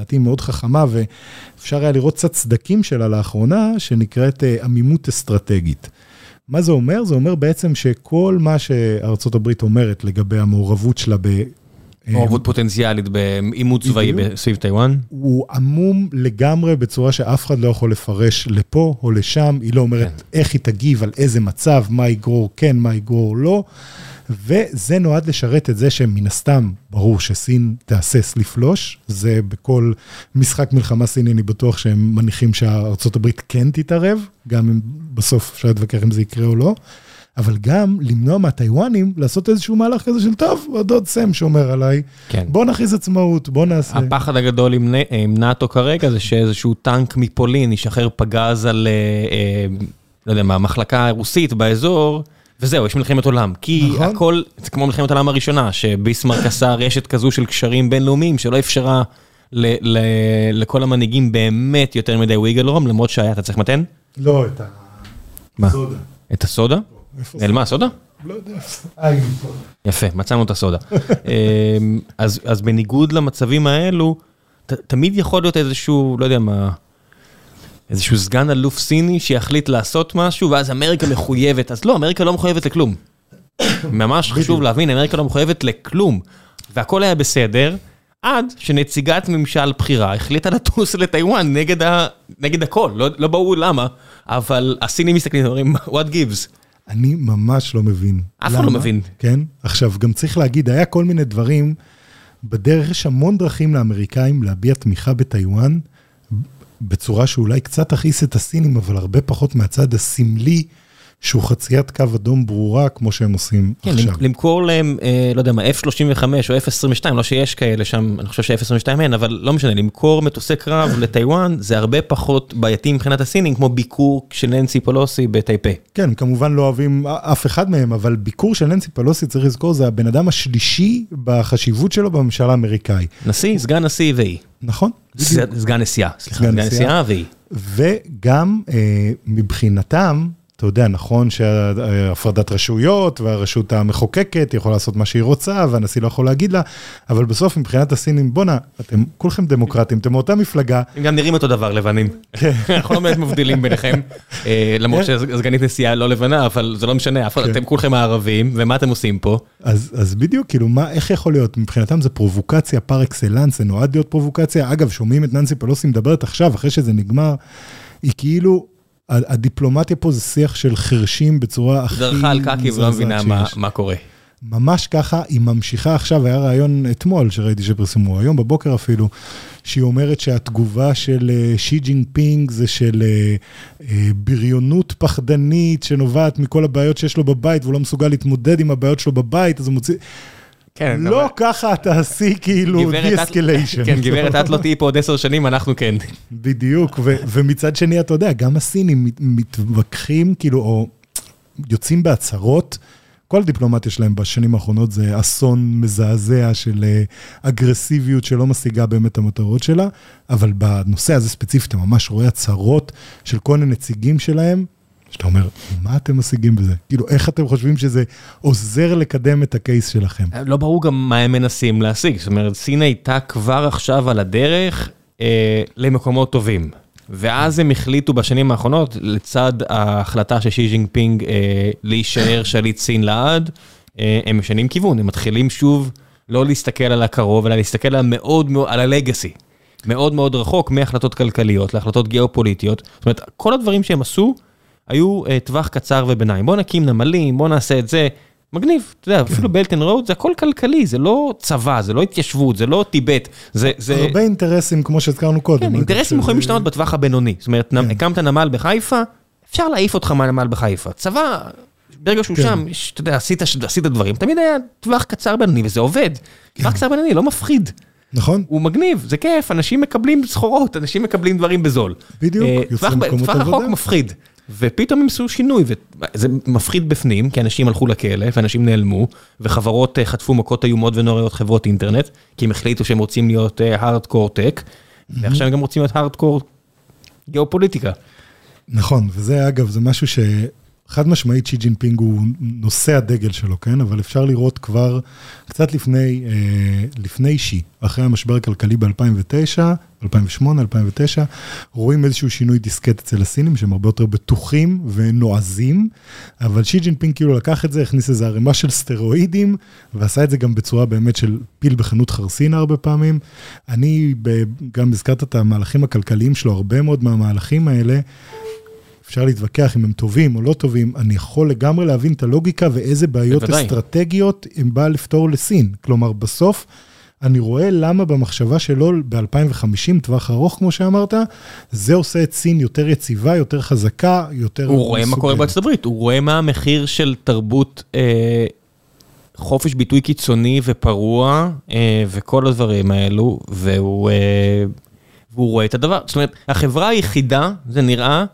חכמה, ואפשר היה לראות קצת צדקים שלה לאחרונה, שנקראת עמימות אסטרטגית. מה זה אומר? זה אומר בעצם שכל מה שארצות הברית אומרת לגבי המעורבות שלה ב... מעורבות פוטנציאלית באימות צבאי בסביב טיואן. הוא עמום לגמרי בצורה שאף אחד לא יכול לפרש לפה או לשם, היא לא אומרת איך היא תגיב על איזה מצב, מה יגרור כן, מה יגרור לא, וזה נועד לשרת את זה שמן הסתם ברור שסין תאסס לפלוש, זה בכל משחק מלחמה סיני אני בטוח שהם מניחים שהארצות הברית כן תתערב, גם אם בסוף אפשר להתווכח אם זה יקרה או לא, אבל גם למנוע מהטיואנים לעשות איזשהו מהלך כזה של טוב, הדוד סם שומר עליי, כן. בוא נכניס עצמאות, בוא נעשה. הפחד הגדול עם, עם נאטו כרגע זה שאיזשהו טנק מפולין ישחרר פגז על, אה, לא יודע מה, מחלקה רוסית באזור, וזהו, יש מלחמת עולם, כי נכון. הכל, זה כמו מלחמת עולם הראשונה, שביסמרק עשה רשת כזו של קשרים בינלאומיים, שלא אפשרה ל, ל, לכל המנהיגים באמת יותר מדי וויגלרום, למרות שהיה, אתה צריך מתן? לא, את הסודה. את הסודה? נעלמה הסודה? לא יודע. יפה, מצאנו את הסודה. אז, אז בניגוד למצבים האלו, ת, תמיד יכול להיות איזשהו, לא יודע מה, איזשהו סגן אלוף סיני שיחליט לעשות משהו, ואז אמריקה מחויבת. אז לא, אמריקה לא מחויבת לכלום. ממש חשוב להבין, אמריקה לא מחויבת לכלום. והכל היה בסדר, עד שנציגת ממשל בחירה החליטה לטוס לטיואן נגד, ה, נגד הכל. לא, לא ברור למה, אבל הסינים מסתכלים ואומרים, what gives? אני ממש לא מבין. אף אחד לא מבין. כן? עכשיו, גם צריך להגיד, היה כל מיני דברים, בדרך יש המון דרכים לאמריקאים להביע תמיכה בטיואן, בצורה שאולי קצת תכעיס את הסינים, אבל הרבה פחות מהצד הסמלי, שהוא חציית קו אדום ברורה, כמו שהם עושים כן, עכשיו. למכור להם, לא יודע מה, אף שלושים וחמש או אף עשרים ושתיים, לא שיש כאלה שם, אני חושב ש-אף עשרים ושתיים אין, אבל לא משנה, למכור מטוסי קרב לטיואן, זה הרבה פחות בעייתי מבחינת הסינים, כמו ביקור של ננסי פלוסי בטייפה. כן, כמובן לא אוהבים אף אחד מהם, אבל ביקור של ננסי פלוסי, צריך לזכור, זה הבן אדם השלישי בחשיבות שלו בממשל האמריקאי. נשיא, סגן נשיא ואי. נכון. סגן נשיאה, סליחה, סגן נשיאה ואי. וגם מבחינתם, אתה יודע, נכון שהפרדת רשויות והרשות המחוקקת יכולה לעשות מה שהיא רוצה, והנשיא לא יכול להגיד לה, אבל בסוף מבחינת הסינים, בונה, אתם כולכם דמוקרטים, אתם מאותה מפלגה. הם גם נראים אותו דבר, לבנים. אנחנו לא באמת מבדילים ביניכם, למרות שסגנית נשיאה לא לבנה, אבל זה לא משנה, אתם כולכם הערבים, ומה אתם עושים פה? אז בדיוק, כאילו, איך יכול להיות? מבחינתם זה פרובוקציה פר אקסלנס, זה נועד להיות פרובוקציה. אגב, שומעים את ננסי פלוסי מדברת עכשיו, אחרי שזה נגמר, היא כאילו הדיפלומטיה פה זה שיח של חרשים בצורה הכי... דרכה על קקי ולא מבינה מה, מה קורה. ממש ככה, היא ממשיכה עכשיו, היה רעיון אתמול שראיתי שפרסמו, היום בבוקר אפילו, שהיא אומרת שהתגובה של שי ג'ינפינג זה של בריונות פחדנית שנובעת מכל הבעיות שיש לו בבית, והוא לא מסוגל להתמודד עם הבעיות שלו בבית, אז הוא מוציא... כן, לא ככה תעשי כאילו די-אסקליישן. כן, גברת, את לא תהיי פה עוד עשר שנים, אנחנו כן. בדיוק, ומצד שני, אתה יודע, גם הסינים מתווכחים, כאילו, או יוצאים בהצהרות, כל הדיפלומטיה שלהם בשנים האחרונות זה אסון מזעזע של אגרסיביות שלא משיגה באמת המטרות שלה, אבל בנושא הזה ספציפית, אתה ממש רואה הצהרות של כל הנציגים שלהם, שאתה אומר, מה אתם משיגים בזה? כאילו, איך אתם חושבים שזה עוזר לקדם את הקייס שלכם? לא ברור גם מה הם מנסים להשיג. זאת אומרת, סין הייתה כבר עכשיו על הדרך אה, למקומות טובים. ואז הם החליטו בשנים האחרונות, לצד ההחלטה של שי ג'ינפינג אה, להישאר שליט סין לעד, אה, הם משנים כיוון. הם מתחילים שוב לא להסתכל על הקרוב, אלא להסתכל על מאוד מאוד, על הלגאסי. מאוד מאוד רחוק מהחלטות כלכליות, להחלטות גיאופוליטיות. זאת אומרת, כל הדברים שהם עשו, היו uh, טווח קצר וביניים. בוא נקים נמלים, בוא נעשה את זה. מגניב, אתה יודע, אפילו בלט אנד רוד זה הכל כלכלי, זה לא צבא, זה לא התיישבות, זה לא טיבט. זה, זה... הרבה אינטרסים, כמו שהזכרנו קודם. כן, אינטרסים יכולים להשתנות בטווח הבינוני. זאת אומרת, כן. הקמת נמל בחיפה, אפשר להעיף אותך מהנמל בחיפה. צבא, ברגע שהוא כן. שם, אתה יודע, עשית, עשית דברים, תמיד היה טווח קצר בינוני, וזה עובד. כן. טווח קצר בינוני, לא מפחיד. נכון. הוא מגניב, זה כיף, אנשים מקבלים סחורות, אנשים מקבלים דברים בזול. בדיוק, יוצרים מקומות עבודה. טווח החוק מפחיד. ופתאום הם עשו שינוי, וזה מפחיד בפנים, כי אנשים הלכו לכלא, ואנשים נעלמו, וחברות חטפו מכות איומות ונוראיות חברות אינטרנט, כי הם החליטו שהם רוצים להיות הארדקור טק, ועכשיו הם גם רוצים להיות הארדקור גיאופוליטיקה. נכון, וזה אגב, זה משהו חד משמעית שי ג'ינפינג הוא נושא הדגל שלו, כן? אבל אפשר לראות כבר קצת לפני, לפני שי, אחרי המשבר הכלכלי ב-אלפיים ותשע, אלפיים ושמונה, אלפיים ותשע, רואים איזשהו שינוי דיסקט אצל הסינים, שהם הרבה יותר בטוחים ונועזים, אבל שי ג'ינפינג כאילו לקח את זה, הכניס איזו ערימה של סטרואידים, ועשה את זה גם בצורה באמת של פיל בחנות חרסינה הרבה פעמים. אני גם הזכרת את המהלכים הכלכליים שלו, הרבה מאוד מהמהלכים האלה, אפשר להתווכח אם הם טובים או לא טובים, אני יכול לגמרי להבין את הלוגיקה ואיזה בעיות בוודאי. אסטרטגיות הם באה לפתור לסין. כלומר, בסוף אני רואה למה במחשבה שלו ב-אלפיים וחמישים, טווח ארוך כמו שאמרת, זה עושה את סין יותר יציבה, יותר חזקה, יותר... הוא רואה מה קורה בארצות הברית, הוא רואה מה המחיר של תרבות אה, חופש ביטוי קיצוני ופרוע, אה, וכל הדברים האלו, והוא, אה, והוא רואה את הדבר. זאת אומרת, החברה היחידה, זה נראה,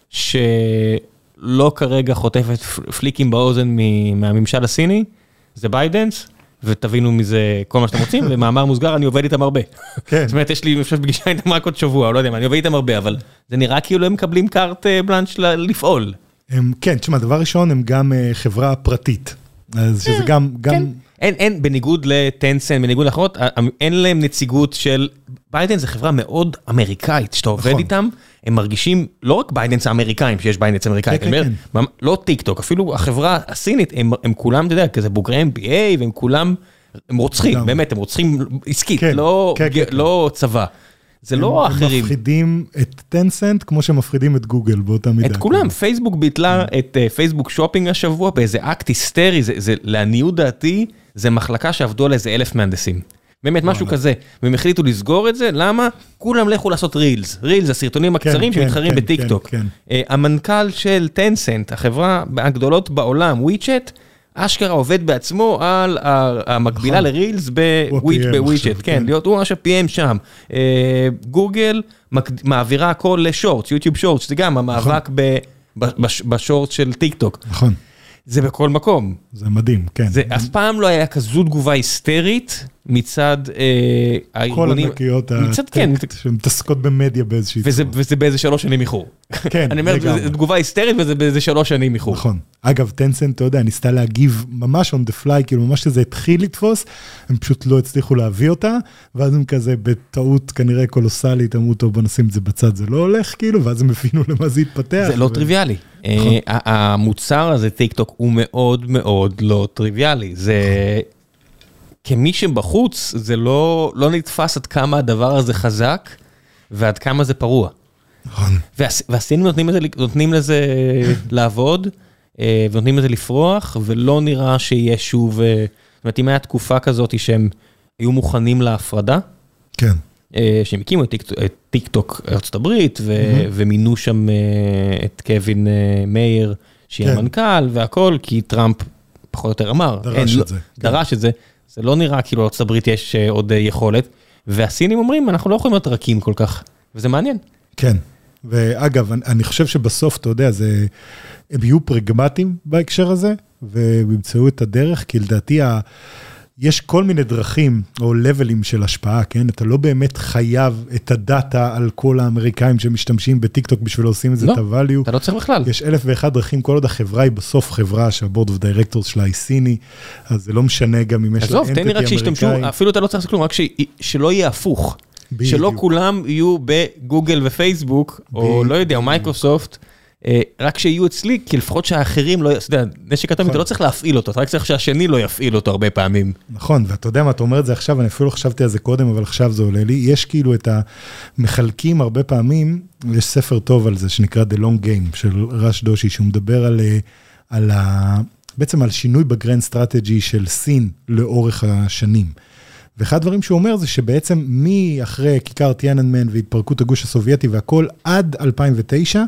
שלא כרגע חוטפת פליקים באוזן מהממשל הסיני, זה ביידנס, ותבינו מזה כל מה שאתם רוצים, ומאמר מוסגר, אני עובד איתם הרבה. כן. זאת אומרת, יש לי פגישה איתם רק עוד שבוע, לא יודע מה, אני עובד איתם הרבה, אבל זה נראה כאילו הם מקבלים קארט בלנץ' לפעול. כן, תשמע, דבר ראשון, הם גם חברה פרטית. אז שזה גם... אין, אין, בניגוד לטנסן, בניגוד לאחרות, אין להם נציגות של... ביידנס זה חברה מאוד אמריקאית, שאתה עובד איתם, הם מרגישים, לא רק ביידנס האמריקאים, שיש ביידנס האמריקאית, לא טיק טוק, אפילו החברה הסינית, הם כולם, אתה יודע, כזה בוגרי אם בי איי, והם כולם, הם רוצחים, באמת, הם רוצחים עסקית, לא צבא. זה לא אחרים. הם מפחידים את טנסנט, כמו שמפחידים את גוגל באותה מידה. את כולם, פייסבוק ביטלה את פייסבוק שופינג השבוע, באיזה אקט היסטרי, זה לעניות דעתי, זה מחלקה שעבדו על איזה אלף מהנדסים. באמת משהו כזה, והם החליטו לסגור את זה, למה? כולם לכו לעשות רילס, רילס, הסרטונים הקצרים שמתחרים בטיק טוק. המנכ"ל של טנסנט, החברה הגדולות בעולם, וויצ'ט, אשכרה עובד בעצמו על המקבילה לרילס בוויצ'ט, כן, להיות הוא ממש ה-פי אם שם. גוגל מעבירה הכל לשורטס, יוטיוב שורטס, זה גם המאבק בשורטס של טיק טוק. נכון. זה בכל מקום. זה מדהים, כן. זה אף פעם לא היה כזו תגובה היסטרית מצד הארגונים. כל ענקיות הטקט שמתעסקות במדיה באיזושהי צורה. וזה באיזה שלוש שנים איחור. כן, אני אומר, זו תגובה היסטרית וזה באיזה שלוש שנים איחור. נכון. אגב, טנסנט, אתה יודע, ניסתה להגיב ממש on the fly, כאילו ממש שזה התחיל לתפוס, הם פשוט לא הצליחו להביא אותה, ואז הם כזה בטעות כנראה קולוסלית, אמרו טוב, בוא נשים את זה בצד, זה לא הולך, כאילו, ואז הם הבינו למה זה התפתח. זה לא טריוויאלי. המוצר הזה, טיק טוק, הוא מאוד מאוד לא טריוויאלי. זה... כמי שבחוץ, זה לא, לא נתפס עד כמה הדבר הזה חזק, ועד כמה זה פרוע. נכון. והסינים נותנים לזה, נותנים לזה לעבוד, ונותנים לזה לפרוח, ולא נראה שיהיה שוב, זאת אומרת, אם היה תקופה כזאת שהם היו מוכנים להפרדה, כן. שהם הקימו את טיק טוק ארצות הברית, ומינו שם את קווין מאיר, שיהיה מנכ"ל והכל, כי טראמפ פחות או יותר אמר. דרש את זה. דרש את זה. זה לא נראה כאילו ארצות הברית יש עוד יכולת, והסינים אומרים, אנחנו לא יכולים להיות רכים כל כך, וזה מעניין. כן, ואגב, אני חושב שבסוף, אתה יודע, זה, הם יהיו פרגמטיים בהקשר הזה, וימצאו את הדרך, כי לדעתי, יש כל מיני דרכים, או לבלים של השפעה, כן? אתה לא באמת חייב את הדאטה על כל האמריקאים שמשתמשים בטיק-טוק בשביל עושים את זה, את ה-value. אתה לא צריך בכלל. יש אלף ואחד דרכים, כל עוד החברה היא בסוף חברה, שהבורד אוף דירקטורס שלה היא סיני, אז זה לא משנה גם אם יש לה אנטיטי אמריקאי. עזוב, תן לי רק שישתמשו, אפילו אתה לא צריך כלום, רק שלא יהיה הפוך. שלא כולם יהיו בגוגל ופייסבוק, או לא יודע, או מייקרוסופט, רק שיהיו אצלי, כי לפחות שהאחרים לא, אתה יודע, נשק אטומי, אתה לא צריך להפעיל אותו, אתה רק צריך שהשני לא יפעיל אותו הרבה פעמים. נכון, ואתה יודע מה, אתה אומר את זה עכשיו, אני אפילו לא חשבתי על זה קודם, אבל עכשיו זה עולה לי, יש כאילו את המחלקים הרבה פעמים, יש ספר טוב על זה, שנקרא The Long Game, של רש דושי, שהוא מדבר על, על ה, בעצם על שינוי בגרנד סטרטג'י של סין לאורך השנים. ואחד הדברים שהוא אומר זה שבעצם מאחרי כיכר טיאננמן והתפרקות הגוש הסובייטי והכל, עד אלפיים ותשע,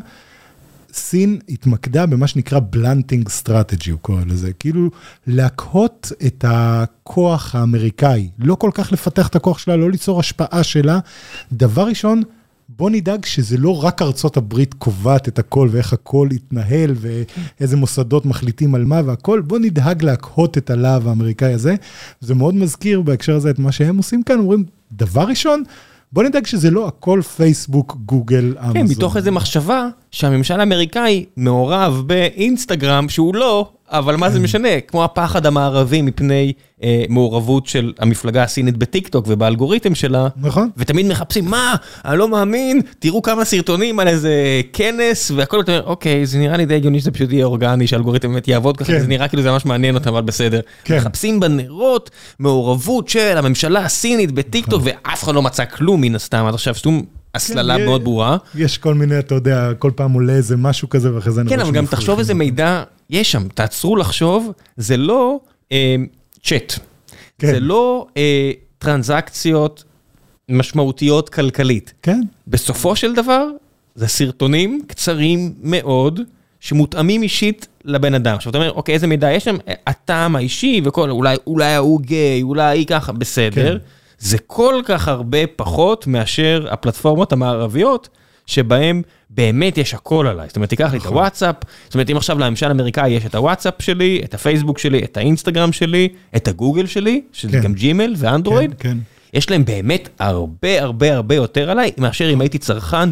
סין התמקדה במה שנקרא בלנטינג סטרטג'י, הוא קורא לזה, כאילו להקהות את הכוח האמריקאי, לא כל כך לפתח את הכוח שלה, לא ליצור השפעה שלה. דבר ראשון, בוא נדאג שזה לא רק ארצות הברית קובעת את הכל, ואיך הכל יתנהל, ואיזה מוסדות מחליטים על מה והכל, בוא נדאג להקהות את הלהב האמריקאי הזה. זה מאוד מזכיר בהקשר הזה את מה שהם עושים כאן, אומרים, דבר ראשון, בוא נדאג שזה לא הכל פייסבוק, גוגל, אמזון. כן, מתוך איזו מחשבה שהממשל האמריקאי מעורב באינסטגרם, שהוא לא, אבל מה זה משנה? כמו הפחד המערבי מפני אה, מעורבות של המפלגה הסינית בטיקטוק ובאלגוריתם שלה. נכון. ותמיד מחפשים, מה? אני לא מאמין, תראו כמה סרטונים על איזה כנס, והכל אתה אומר, אוקיי, זה נראה לי די הגיוני שזה פשוט יהיה אורגני, שהאלגוריתם באמת יעבוד ככה, כן. זה נראה כאילו זה ממש מעניין אותם, אבל בסדר. כן. מחפשים בנרות מעורבות של הממשלה הסינית בטיקטוק, נכון. ואף אחד לא מצא כלום מן הסתם, עד עכשיו שום הסללה כן, מאוד ברורה. יש כל מיני, אתה יודע, כל פעם עולה איזה משהו כזה, ואחרי זה כן, אבל גם תחשוב איזה מידע, יש שם, תעצרו לחשוב, זה לא אה, צ'אט, כן. זה לא אה, טרנזקציות משמעותיות כלכלית. כן. בסופו של דבר, זה סרטונים קצרים מאוד, שמותאמים אישית לבן אדם. עכשיו אתה אומר, אוקיי, איזה מידע יש שם? הטעם האישי וכל, אולי, אולי הוא גיי, אולי היא ככה, בסדר. כן. זה כל כך הרבה פחות מאשר הפלטפורמות המערביות, שבהם באמת יש הכל עליי. זאת אומרת, תיקח לי את הוואטסאפ, זאת אומרת, אם עכשיו לממשל האמריקאי יש את הוואטסאפ שלי, את הפייסבוק שלי, את האינסטגרם שלי, את הגוגל שלי, שזה גם ג'ימל ואנדרואיד, יש להם באמת הרבה הרבה הרבה יותר עליי, מאשר אם הייתי צרכן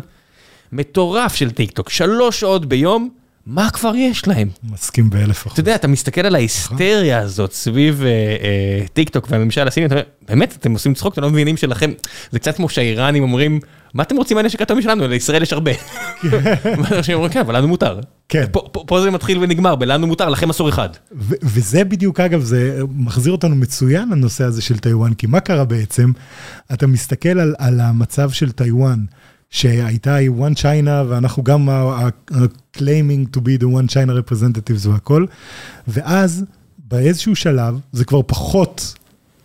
מטורף של טיקטוק, שלוש שעות ביום, מה כבר יש להם? מסכים באלף אחוז. אתה יודע, אתה מסתכל על ההיסטריה הזאת סביב טיקטוק והממשל הסיני, אתה אומר, באמת, אתם עושים צחוק, אתם לא מבינים שלכם, זה קצת כמו שהאיראנים אומרים, מה אתם רוצים מהנשק האטומי שלנו? לישראל יש הרבה. ואנשים אומרים, כן, אבל לנו מותר. פה זה מתחיל ונגמר, בלנו מותר, לכם אסור אחד. וזה בדיוק, אגב, זה מחזיר אותנו מצוין לנושא הזה של טיואן, כי מה קרה בעצם? אתה מסתכל על המצב של טיואן, שהייתה one China, ואנחנו גם claiming to be the one China representatives והכל, ואז באיזשהו שלב, זה כבר פחות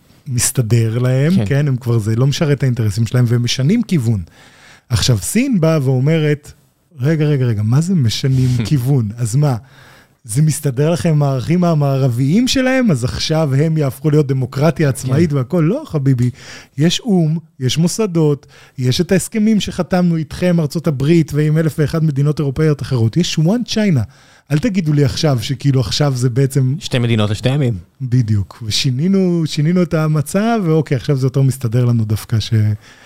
מסתדר להם, כן, כן הם כבר זה לא משרת את האינטרסים שלהם, והם משנים כיוון. עכשיו, סין באה ואומרת, רגע, רגע, רגע, מה זה משנים כיוון? אז מה? זה מסתדר לכם עם הערכים המערביים שלהם, אז עכשיו הם יהפכו להיות דמוקרטיה עצמאית והכל. לא, חביבי, יש אום, יש מוסדות, יש את ההסכמים שחתמנו איתכם, ארצות הברית, ועם אלף ואחת מדינות אירופאיות אחרות. יש one China. אל תגידו לי עכשיו, שכאילו עכשיו זה בעצם... שתי מדינות לשתי ימים. בדיוק. ושינינו, שינינו את המצב, ואוקיי, עכשיו זה יותר מסתדר לנו דווקא ש...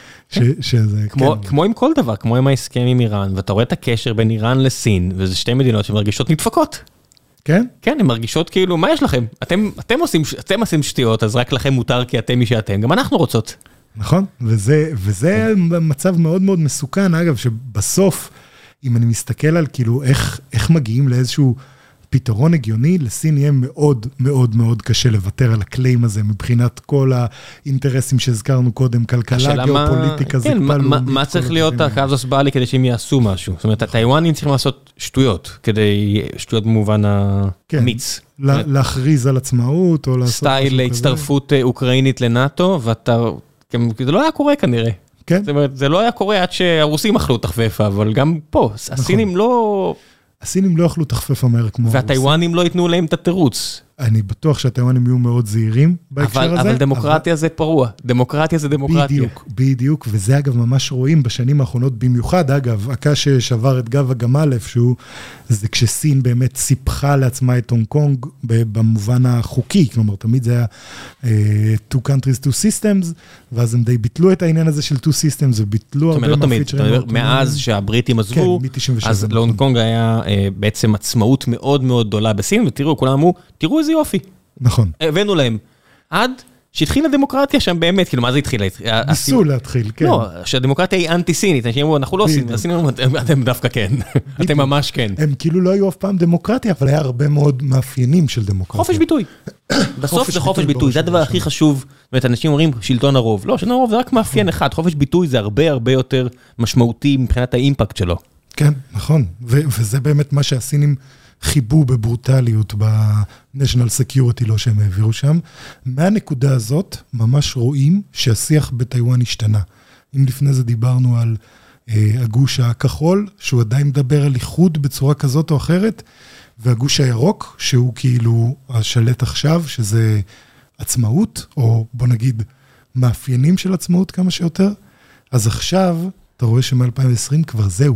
שזה, כמו, כן. כמו עם כל דבר, כמו עם ההסכם עם איראן, ואתה רואה את הקשר בין איראן לסין, וזה שתי מדינות שמרגישות נדפקות. כן? כן, הן מרגישות כאילו, מה יש לכם? אתם, אתם עושים, אתם עושים שטויות, אז רק לכם מותר כי אתם מי שאתם, גם אנחנו רוצות. נכון, וזה, וזה מצב מאוד מאוד מסוכן, אגב, שבסוף, אם אני מסתכל על כאילו, איך, איך מגיעים לאיזשהו פתרון הגיוני, לסין יהיה מאוד מאוד מאוד קשה לוותר על הקליים הזה, מבחינת כל האינטרסים שהזכרנו קודם, כלכלה, גיאופוליטיקה, כן, מה, מה, מה צריך להיות הקאזוס בעלי כדי שהם יעשו משהו? זאת אומרת, הטיואנים צריכים לעשות שטויות, כדי שטויות במובן המיץ. להכריז על עצמאות, או לעשות סטייל להצטרפות אוקראינית לנאטו, ואתה, זה לא היה קורה כנראה. זאת אומרת, זה לא היה קורה עד שהרוסים אכלו תחפפה, אבל גם פה, הסינים לא... הסינים לא יכלו תחפף המהר כמו הרוסים. והטיואנים לא ייתנו להם את התירוץ. אני בטוח שהטיואנים יהיו מאוד זהירים בהקשר הזה. אבל דמוקרטיה זה פרוע. דמוקרטיה זה דמוקרטיה. בדיוק, בדיוק. וזה אגב ממש רואים בשנים האחרונות במיוחד. אגב, הקש ששבר את גב הגמל איפשהו, זה כשסין באמת סיפחה לעצמה את הונג קונג במובן החוקי. כלומר, תמיד זה היה two countries, two systems, ואז הם די ביטלו את העניין הזה של two systems, וביטלו הרבה מהפיצ'רים. מאז שהבריטים עזבו, אז להונג קונג היה בעצם עצמאות מאוד מאוד גדולה בסין, ותראו, כולם אמרו, תראו איזה יופי. נכון. הבאנו להם. עד שהתחילה דמוקרטיה שם באמת, כאילו מה זה התחילה? ניסו להתחיל, כן. לא, שהדמוקרטיה היא אנטי-סינית, אנשים אמרו, אנחנו לא סינית, הסינים אתם דווקא כן. אתם ממש כן. הם כאילו לא היו אף פעם דמוקרטיה, אבל היה הרבה מאוד מאפיינים של דמוקרטיה. חופש ביטוי. בסוף זה חופש ביטוי, זה הדבר הכי חשוב. זאת אומרת, אנשים אומרים, שלטון הרוב. לא, שלטון הרוב זה רק מאפיין אחד. חופש ביטוי זה הרבה הרבה יותר משמעותי מבחינת האימפקט שלו. כן, נכון. וזה באמת מה שהסינים חיבו בברוטליות ב-National Security, לא שהם העבירו שם. מהנקודה הזאת ממש רואים שהשיח בטיואן השתנה. אם לפני זה דיברנו על אה, הגוש הכחול, שהוא עדיין מדבר על איחוד בצורה כזאת או אחרת, והגוש הירוק, שהוא כאילו השלט עכשיו, שזה עצמאות, או בוא נגיד מאפיינים של עצמאות כמה שיותר. אז עכשיו, אתה רואה שמ-אלפיים ועשרים כבר זהו.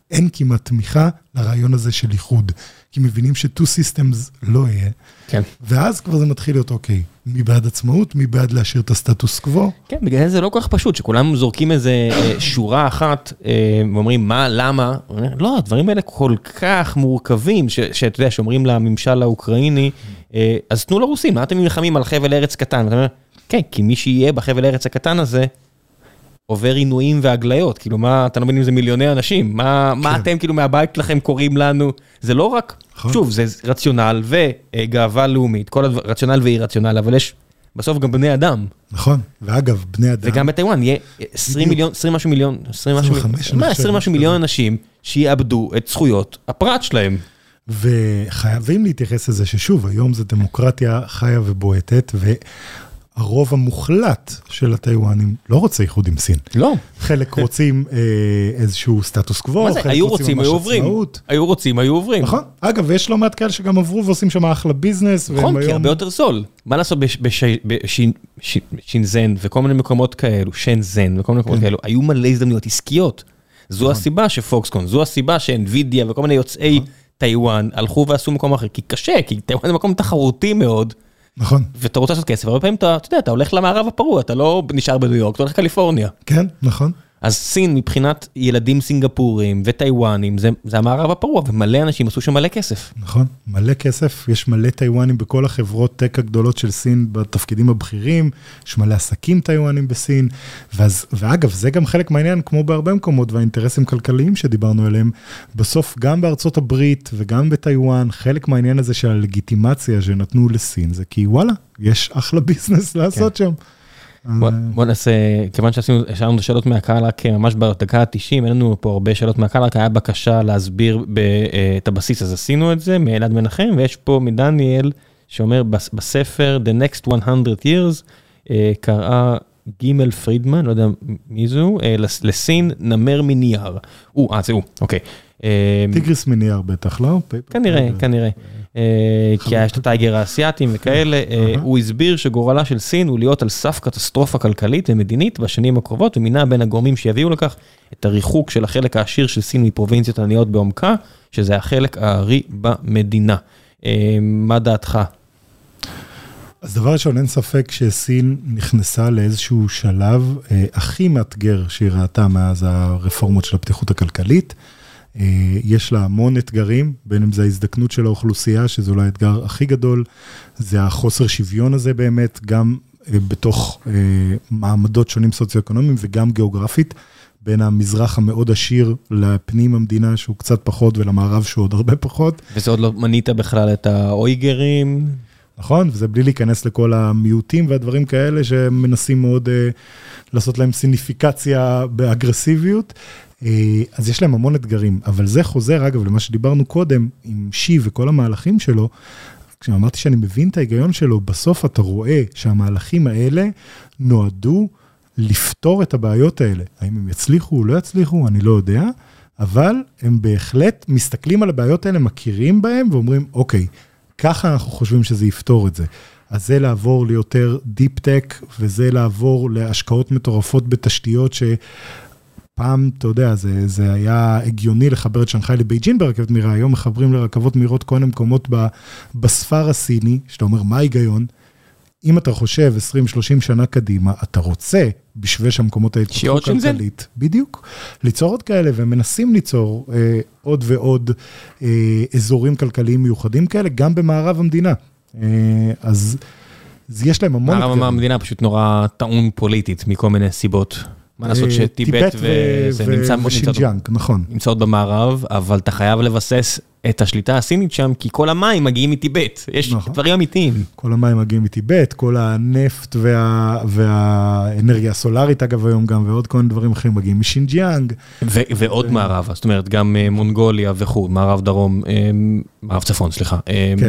אין כמעט תמיכה לרעיון הזה של איחוד, כי מבינים ש-two systems לא יהיה, כן. ואז כבר זה מתחיל להיות אוקיי, מי בעד עצמאות, מי בעד להשאיר את הסטטוס קוו. כן, בגלל זה לא כל כך פשוט, שכולם זורקים איזה שורה אחת, ואומרים מה, למה, לא, הדברים האלה כל כך מורכבים, שאתה יודע, שאומרים לממשל האוקראיני, אז תנו לרוסים, מה אתם נלחמים על חבל ארץ קטן? ואתה אומר, כן, כי מי שיהיה בחבל ארץ הקטן הזה, עובר עינויים והגליות, כאילו מה, אתה לא מבינים, זה מיליוני אנשים, מה, כן. מה אתם כאילו מהבית לכם קוראים לנו, זה לא רק, נכון. שוב, זה רציונל וגאווה לאומית, כל הדבר, רציונל ואי רציונל, אבל יש בסוף גם בני אדם. נכון, ואגב, בני אדם. וגם בטיואן, יהיה עשרים מיליון, עשרים משהו מיליון, עשרים משהו מיליון, מה, עשרים משהו מיליון אנשים שיאבדו את זכויות הפרט שלהם. וחייבים להתייחס לזה ששוב, היום זה דמוקרטיה חיה ובועטת, ו... הרוב המוחלט של הטיואנים לא רוצה איחוד עם סין. לא. חלק רוצים אה, איזשהו סטטוס קוו. מה זה? היו רוצים, היו עוברים. היו רוצים, היו עוברים. נכון. אגב, יש לא מעט כאלה שגם עברו ועושים שם אחלה ביזנס. נכון, כי הרבה יותר זול. מה לעשות בשינזן וכל מיני מקומות כאלו, שנזן וכל מיני מקומות כאלו, היו מלא הזדמנויות עסקיות. זו הסיבה שפוקסקון, זו הסיבה שאנווידיה וכל מיני יוצאי טיואן הלכו ועשו מקום אחר, כי קשה, כי טיואן זה מקום תחרותי מאוד. נכון. ואתה רוצה לעשות כסף, הרבה פעמים אתה, אתה יודע, אתה הולך למערב הפרוע, אתה לא נשאר בניו יורק, אתה הולך לקליפורניה. כן, נכון. אז סין, מבחינת ילדים סינגפורים וטיואנים, זה, זה המערב הפרוע, ומלא אנשים עשו שם מלא כסף. נכון, מלא כסף, יש מלא טיואנים בכל החברות טק הגדולות של סין, בתפקידים הבכירים, יש מלא עסקים טיואנים בסין, ואז, ואגב, זה גם חלק מהעניין, כמו בהרבה מקומות, והאינטרסים כלכליים שדיברנו עליהם, בסוף גם בארצות הברית וגם בטיואן, חלק מהעניין הזה של הלגיטימציה שנתנו לסין, זה כי וואלה, יש אחלה ביזנס לעשות שם. בוא נעשה, כיוון שעשינו את השאלות מהקהל רק ממש בדקה ה-תשעים, אין לנו פה הרבה שאלות מהקהל, רק היה בקשה להסביר את הבסיס, אז עשינו את זה מאלעד מנחם, ויש פה מדניאל שאומר בספר The Next one hundred years, קראה גימל פרידמן, לא יודע מי זו, לסין נמר מנייר. או, אה, זה הוא, אוקיי. טיגריס מנייר בטח, לא? כנראה, כנראה. כי יש את הטייגר האסייתים וכאלה, הוא הסביר שגורלה של סין הוא להיות על סף קטסטרופה כלכלית ומדינית בשנים הקרובות, ומינה בין הגורמים שיביאו לכך את הריחוק של החלק העשיר של סין מפרובינציות עניות בעומקה, שזה החלק הארי במדינה. מה דעתך? אז דבר ראשון, אין ספק שסין נכנסה לאיזשהו שלב הכי מאתגר שהיא ראתה מאז הרפורמות של הפתיחות הכלכלית, יש לה המון אתגרים, בין אם זה ההזדקנות של האוכלוסייה, שזה אולי האתגר הכי גדול, זה החוסר שוויון הזה באמת, גם בתוך מעמדות שונים סוציו-אקונומיים וגם גיאוגרפית, בין המזרח המאוד עשיר לפנים המדינה שהוא קצת פחות ולמערב שהוא עוד הרבה פחות. וזה עוד לא מנית בכלל את האויגרים. נכון, וזה בלי להיכנס לכל המיעוטים והדברים כאלה שמנסים מאוד לעשות להם סיניפיקציה באגרסיביות. אז יש להם המון אתגרים, אבל זה חוזר, אגב, למה שדיברנו קודם, עם שי וכל המהלכים שלו, כשאמרתי שאני מבין את ההיגיון שלו, בסוף אתה רואה שהמהלכים האלה נועדו לפתור את הבעיות האלה. האם הם יצליחו או לא יצליחו, אני לא יודע, אבל הם בהחלט מסתכלים על הבעיות האלה, מכירים בהם ואומרים, אוקיי, ככה אנחנו חושבים שזה יפתור את זה. אז זה לעבור ליותר דיפ טק, וזה לעבור להשקעות מטורפות בתשתיות ש... פעם, אתה יודע, זה, זה היה הגיוני לחבר את שנגחאי לבייג'ין ברכבת מהירה, היום מחברים לרכבות מהירות כל מיני מקומות בספר הסיני, שאתה אומר, מה ההיגיון? אם אתה חושב עשרים שלושים שנה קדימה, אתה רוצה, בשביל שהמקומות ההתפתחות כלכלית, בדיוק, ליצור עוד כאלה, ומנסים ליצור אה, עוד ועוד אה, אזורים כלכליים מיוחדים כאלה, גם במערב המדינה. אה, אז, אז יש להם המון... מערב המדינה פשוט נורא טעון פוליטית, מכל מיני סיבות. מה לעשות שטיבט ושינג'יאנג, נכון. נמצאות במערב, אבל אתה חייב לבסס את השליטה הסינית שם, כי כל המים מגיעים מטיבט. יש דברים אמיתיים. כל המים מגיעים מטיבט, כל הנפט והאנרגיה הסולארית, אגב, היום גם, ועוד כל מיני דברים אחרים מגיעים משינג'יאנג. ועוד מערב, זאת אומרת, גם מונגוליה וכו', מערב דרום, מערב צפון, סליחה.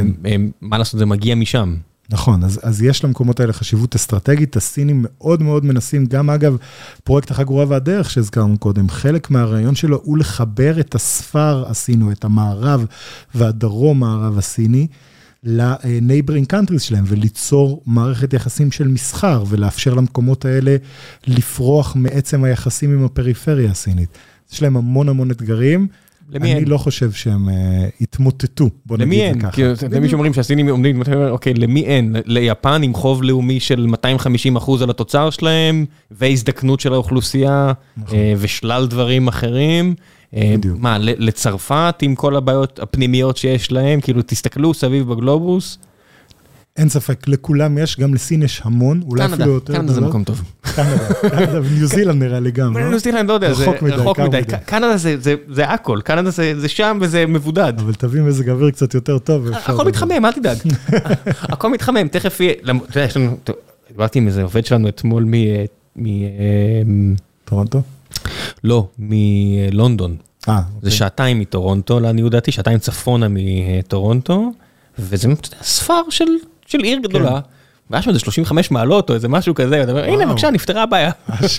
מה לעשות, זה מגיע משם. נכון, אז, אז יש למקומות האלה חשיבות אסטרטגית, הסינים מאוד מאוד מנסים, גם אגב, פרויקט החגורה והדרך שהזכרנו קודם, חלק מהרעיון שלו הוא לחבר את הספר הסיני, את המערב והדרום מערב הסיני, ל-neighboring countries שלהם, וליצור מערכת יחסים של מסחר, ולאפשר למקומות האלה לפרוח מעצם היחסים עם הפריפריה הסינית. יש להם המון המון אתגרים, אני לא חושב שהם התמוטטו, בוא נגיד זה ככה. למי אין? למי שאומרים שהסינים עומדים, אוקיי, למי אין? ליפן עם חוב לאומי של מאתיים וחמישים אחוז על התוצר שלהם, והזדקנות של האוכלוסייה, ושלל דברים אחרים. מה, לצרפת עם כל הבעיות הפנימיות שיש להם, כאילו תסתכלו סביב בגלובוס. אין ספק, לכולם יש, גם לסין יש המון, אולי אפילו יותר. קנדה זה מקום טוב. קנדה, קנדה וניו זילנד נראה לי גם. ניו זילנד, לא יודע, זה רחוק מדי. קנדה זה הכל, קנדה זה שם וזה מבודד. אבל תביא מזג אוויר קצת יותר טוב. הכל מתחמם, אל תדאג. הכל מתחמם, תכף יהיה, אתה יודע, יש לנו, דיברתי עם איזה עובד שלנו אתמול מ... טורונטו? לא, מלונדון. זה שעתיים מטורונטו, לעניות דעתי, שעתיים צפונה מטורונטו, וזה ספר של... של עיר גדולה, והיה שם איזה שלושים וחמש מעלות או איזה משהו כזה, ואתה אומר, הנה בבקשה, נפתרה הבעיה.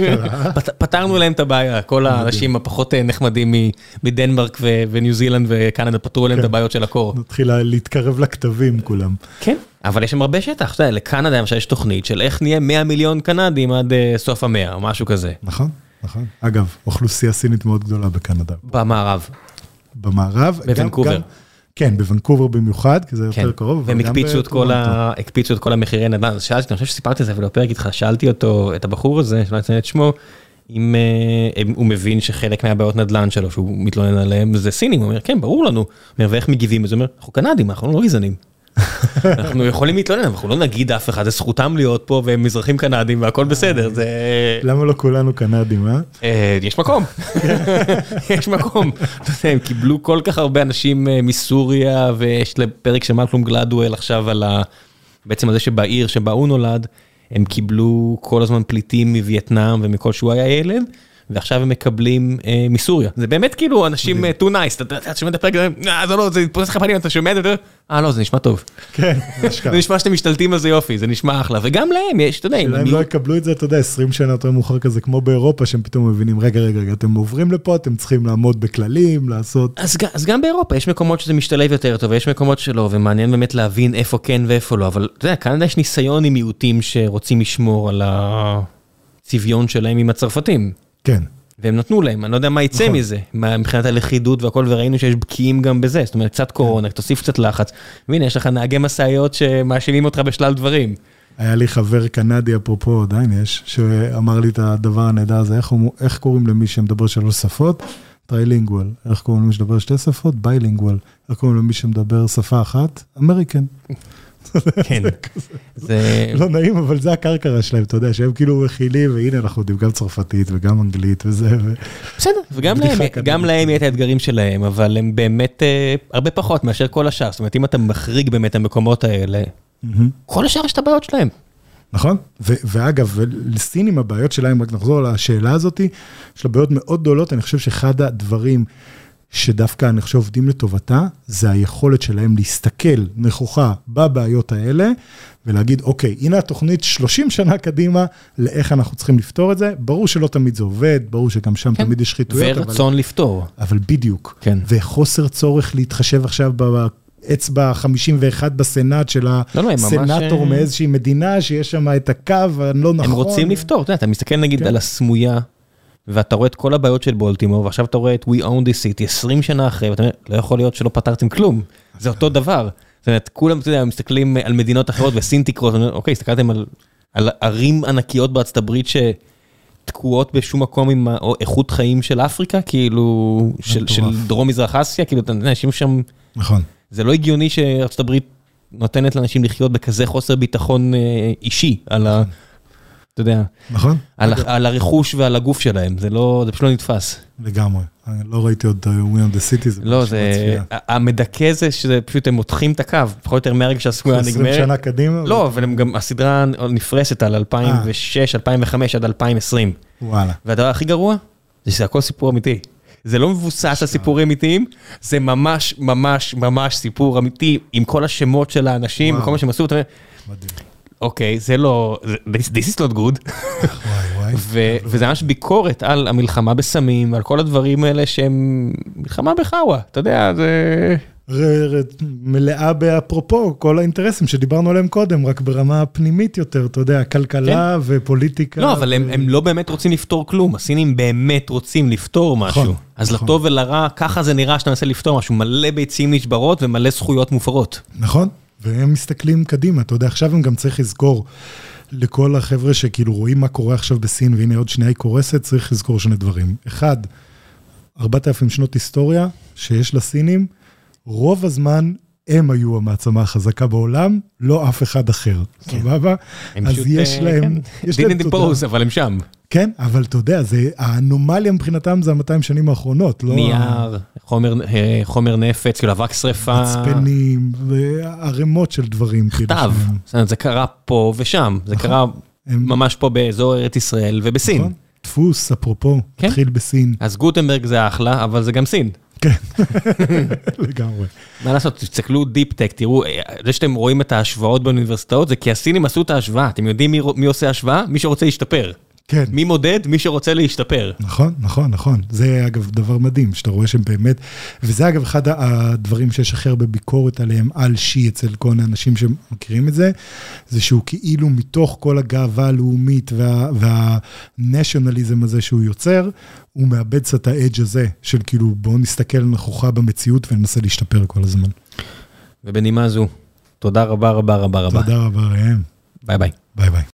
פתרנו להם את הבעיה, כל האנשים הפחות נחמדים מדנמרק וניו זילנד וקנדה פתרו להם את הבעיות של הקור. נתחיל להתקרב לכתבים כולם. כן, אבל יש שם הרבה שטח, אתה יודע, לקנדה למשל יש תוכנית של איך נהיה מאה מיליון קנדים עד סוף המאה, או משהו כזה. נכון, נכון. אגב, אוכלוסייה סינית מאוד גדולה בקנדה. במערב. במערב. בוונקובר. כן, בוונקובר במיוחד, כי זה יותר קרוב. והם הקפיצו את כל המחירי נדל"ן. אז שאלתי, אני חושב שסיפרתי את זה, ולא פרק איתך, שאלתי אותו, את הבחור הזה, שלא אציין את שמו, אם הוא מבין שחלק מהבעיות נדל"ן שלו, שהוא מתלונן עליהם, זה סינים. הוא אומר, כן, ברור לנו. הוא אומר, ואיך מגיבים? אז הוא אומר, אנחנו קנדים, אנחנו לא גזענים. אנחנו יכולים להתלונן, אבל אנחנו לא נגיד אף אחד, זה זכותם להיות פה, והם מזרחים קנדים, והכל בסדר. למה לא כולנו קנדים, אה? יש מקום. יש מקום. הם קיבלו כל כך הרבה אנשים מסוריה, ויש לפרק של מלקום גלדוול עכשיו על בעצם הזה שבעיר שבה הוא נולד, הם קיבלו כל הזמן פליטים מווייטנאם ומכל שהוא היה ילד, ועכשיו הם מקבלים מסוריה. זה באמת כאילו אנשים too nice, אתה שומע את הפרק, זה לא, זה יתפוס לך פנים, אתה שומע את זה, אה לא, זה נשמע טוב. כן, זה נשמע שאתם משתלטים על זה יופי, זה נשמע אחלה, וגם להם יש, אתה יודע, אם הם לא יקבלו את זה, אתה יודע, עשרים שנה יותר מאוחר כזה, כמו באירופה, שהם פתאום מבינים, רגע, רגע, רגע, אתם עוברים לפה, אתם צריכים לעמוד בכללים, לעשות... אז גם באירופה, יש מקומות שזה משתלב יותר טוב, ויש מקומות שלא, ומעניין באמת להבין איפה כן ואיפה לא, אבל אתה יודע, קנדה יש ניסיון עם מיעוטים שרוצים לשמור על הצביון שלהם עם הצרפתים. כן. והם נתנו להם, אני לא יודע מה יצא מזה, מבחינת הלכידות והכל, וראינו שיש בקיאים גם בזה, זאת אומרת, קצת קורונה, תוסיף קצת לחץ, והנה, יש לך נהגי מסעיות שמאשימים אותך בשלל דברים. היה לי חבר קנדי, אפרופו, עדיין יש, שאמר לי את הדבר הנהדר הזה, איך קוראים למי שמדבר שלוש שפות? טריילינגואל. איך קוראים למי שמדבר שתי שפות? ביילינגואל. איך קוראים למי שמדבר שפה אחת? אמריקן. כן. זה לא נעים, אבל זה הקרקרה שלהם, אתה יודע, שהם כאילו מכילים, והנה אנחנו יודעים גם צרפתית וגם אנגלית וזה. בסדר, וגם להם יהיה את האתגרים שלהם, אבל הם באמת הרבה פחות מאשר כל השאר. זאת אומרת, אם אתה מחריג באמת המקומות האלה, כל השאר יש את הבעיות שלהם. נכון, ואגב, לסינים הבעיות שלהם, רק נחזור לשאלה הזאת, יש לה בעיות מאוד גדולות, אני חושב שאחד הדברים שדווקא אני חושב עובדים לטובתה, זה היכולת שלהם להסתכל נכוחה בבעיות האלה, ולהגיד, אוקיי, הנה התוכנית שלושים שנה קדימה, לאיך אנחנו צריכים לפתור את זה, ברור שלא תמיד זה עובד, ברור שגם שם כן. תמיד יש שחיתויות. ורצון אבל, לפתור. אבל בדיוק. כן. וחוסר צורך להתחשב עכשיו באצבע חמישים ואחת בסנאט של הסנאטור ממש... מאיזושהי מדינה, שיש שם את הקו הלא נכון. הם רוצים לפתור, אתה, יודע, אתה מסתכל נגיד כן. על הסמויה, ואתה רואה את כל הבעיות של בולטימור, ועכשיו אתה רואה את We Own This City, עשרים שנה אחרי, ואתה אומר, לא יכול להיות שלא פתרתם כלום. זה אותו דבר. זאת אומרת, כולם, אתה יודע, מסתכלים על מדינות אחרות, וסין תקרות, אוקיי, הסתכלתם על, על ערים ענקיות בארצות הברית, שתקועות בשום מקום עם איכות חיים של אפריקה, כאילו, של, של דרום מזרח אסיה, כאילו, אתה יודע, אנשים שם... נכון. זה לא הגיוני שארצות הברית נותנת לאנשים לחיות בכזה חוסר ביטחון אישי, על ה... אתה יודע, נכון? על, על הרכוש ועל הגוף שלהם, זה לא, זה פשוט לא נתפס. לגמרי, אני לא ראיתי עוד We Own the City, זה לא, זה, המדכא זה שזה פשוט הם מותחים את הקו, פחות או יותר מהרגע שהסמויה נגמרת. עשרים שנה קדימה? לא, אבל הם גם, הסדרה נפרסת על אלפיים ושש, אלפיים וחמש עד אלפיים ועשרים. וואלה. והדבר הכי גרוע, זה שזה הכל סיפור אמיתי. זה לא מבוסס על סיפורים אמיתיים, זה ממש, ממש, ממש סיפור אמיתי, עם כל השמות של האנשים, וכל מה שהם עשו, אתה אומר, מדהים. אוקיי, זה לא, this is not good, וזה ממש ביקורת על המלחמה בסמים, ועל כל הדברים האלה שהם מלחמה בחאווה, אתה יודע, זה... מלאה באפרופו, כל האינטרסים שדיברנו עליהם קודם, רק ברמה פנימית יותר, אתה יודע, כלכלה ופוליטיקה. לא, אבל הם לא באמת רוצים לפתור כלום, הסינים באמת רוצים לפתור משהו. אז לטוב ולרע, ככה זה נראה שאתה מנסה לפתור משהו, מלא ביצים נשברות ומלא זכויות מופרות. נכון, והם מסתכלים קדימה, אתה יודע, עכשיו הם גם צריך לזכור לכל החבר'ה שכאילו רואים מה קורה עכשיו בסין, והנה עוד שנייה היא קורסת, צריך לזכור שני דברים. אחד, ארבעת אלפים שנות היסטוריה שיש לסינים, רוב הזמן הם היו המעצמה החזקה בעולם, לא אף אחד אחר. סבבה? אז יש להם... didn't impose, אבל הם שם. כן, אבל אתה יודע, האנומליה מבחינתם זה ה-מאתיים שנים האחרונות. נייר, חומר נפץ, כאילו אבק שריפה. מצפנים, וערימות של דברים. כתב, זה קרה פה ושם, זה קרה ממש פה באזור ארץ ישראל ובסין. דפוס, אפרופו, התחיל בסין. אז גוטנברג זה אחלה, אבל זה גם סין. כן, לגמרי. מה לעשות, תסתכלו דיפ-טק, תראו, זה שאתם רואים את ההשוואות באוניברסיטאות, זה כי הסינים עשו את ההשוואה, אתם יודעים מי, מי עושה השוואה? מי שרוצה להשתפר. כן. מי מודד? מי שרוצה להשתפר. נכון, נכון, נכון. זה אגב דבר מדהים, שאתה רואה שהם באמת, וזה אגב אחד הדברים שיש הכי הרבה ביקורת עליהם, על שי אצל כל האנשים שמכירים את זה, זה שהוא כאילו מתוך כל הגאווה הלאומית וה, והנשיונליזם הזה שהוא יוצר, הוא מאבד קצת האדג' הזה, של כאילו בואו נסתכל נכוחה במציאות וננסה להשתפר כל הזמן. ובנימה זו, תודה רבה רבה רבה רבה. תודה רבה ראם. ביי ביי. ביי ביי.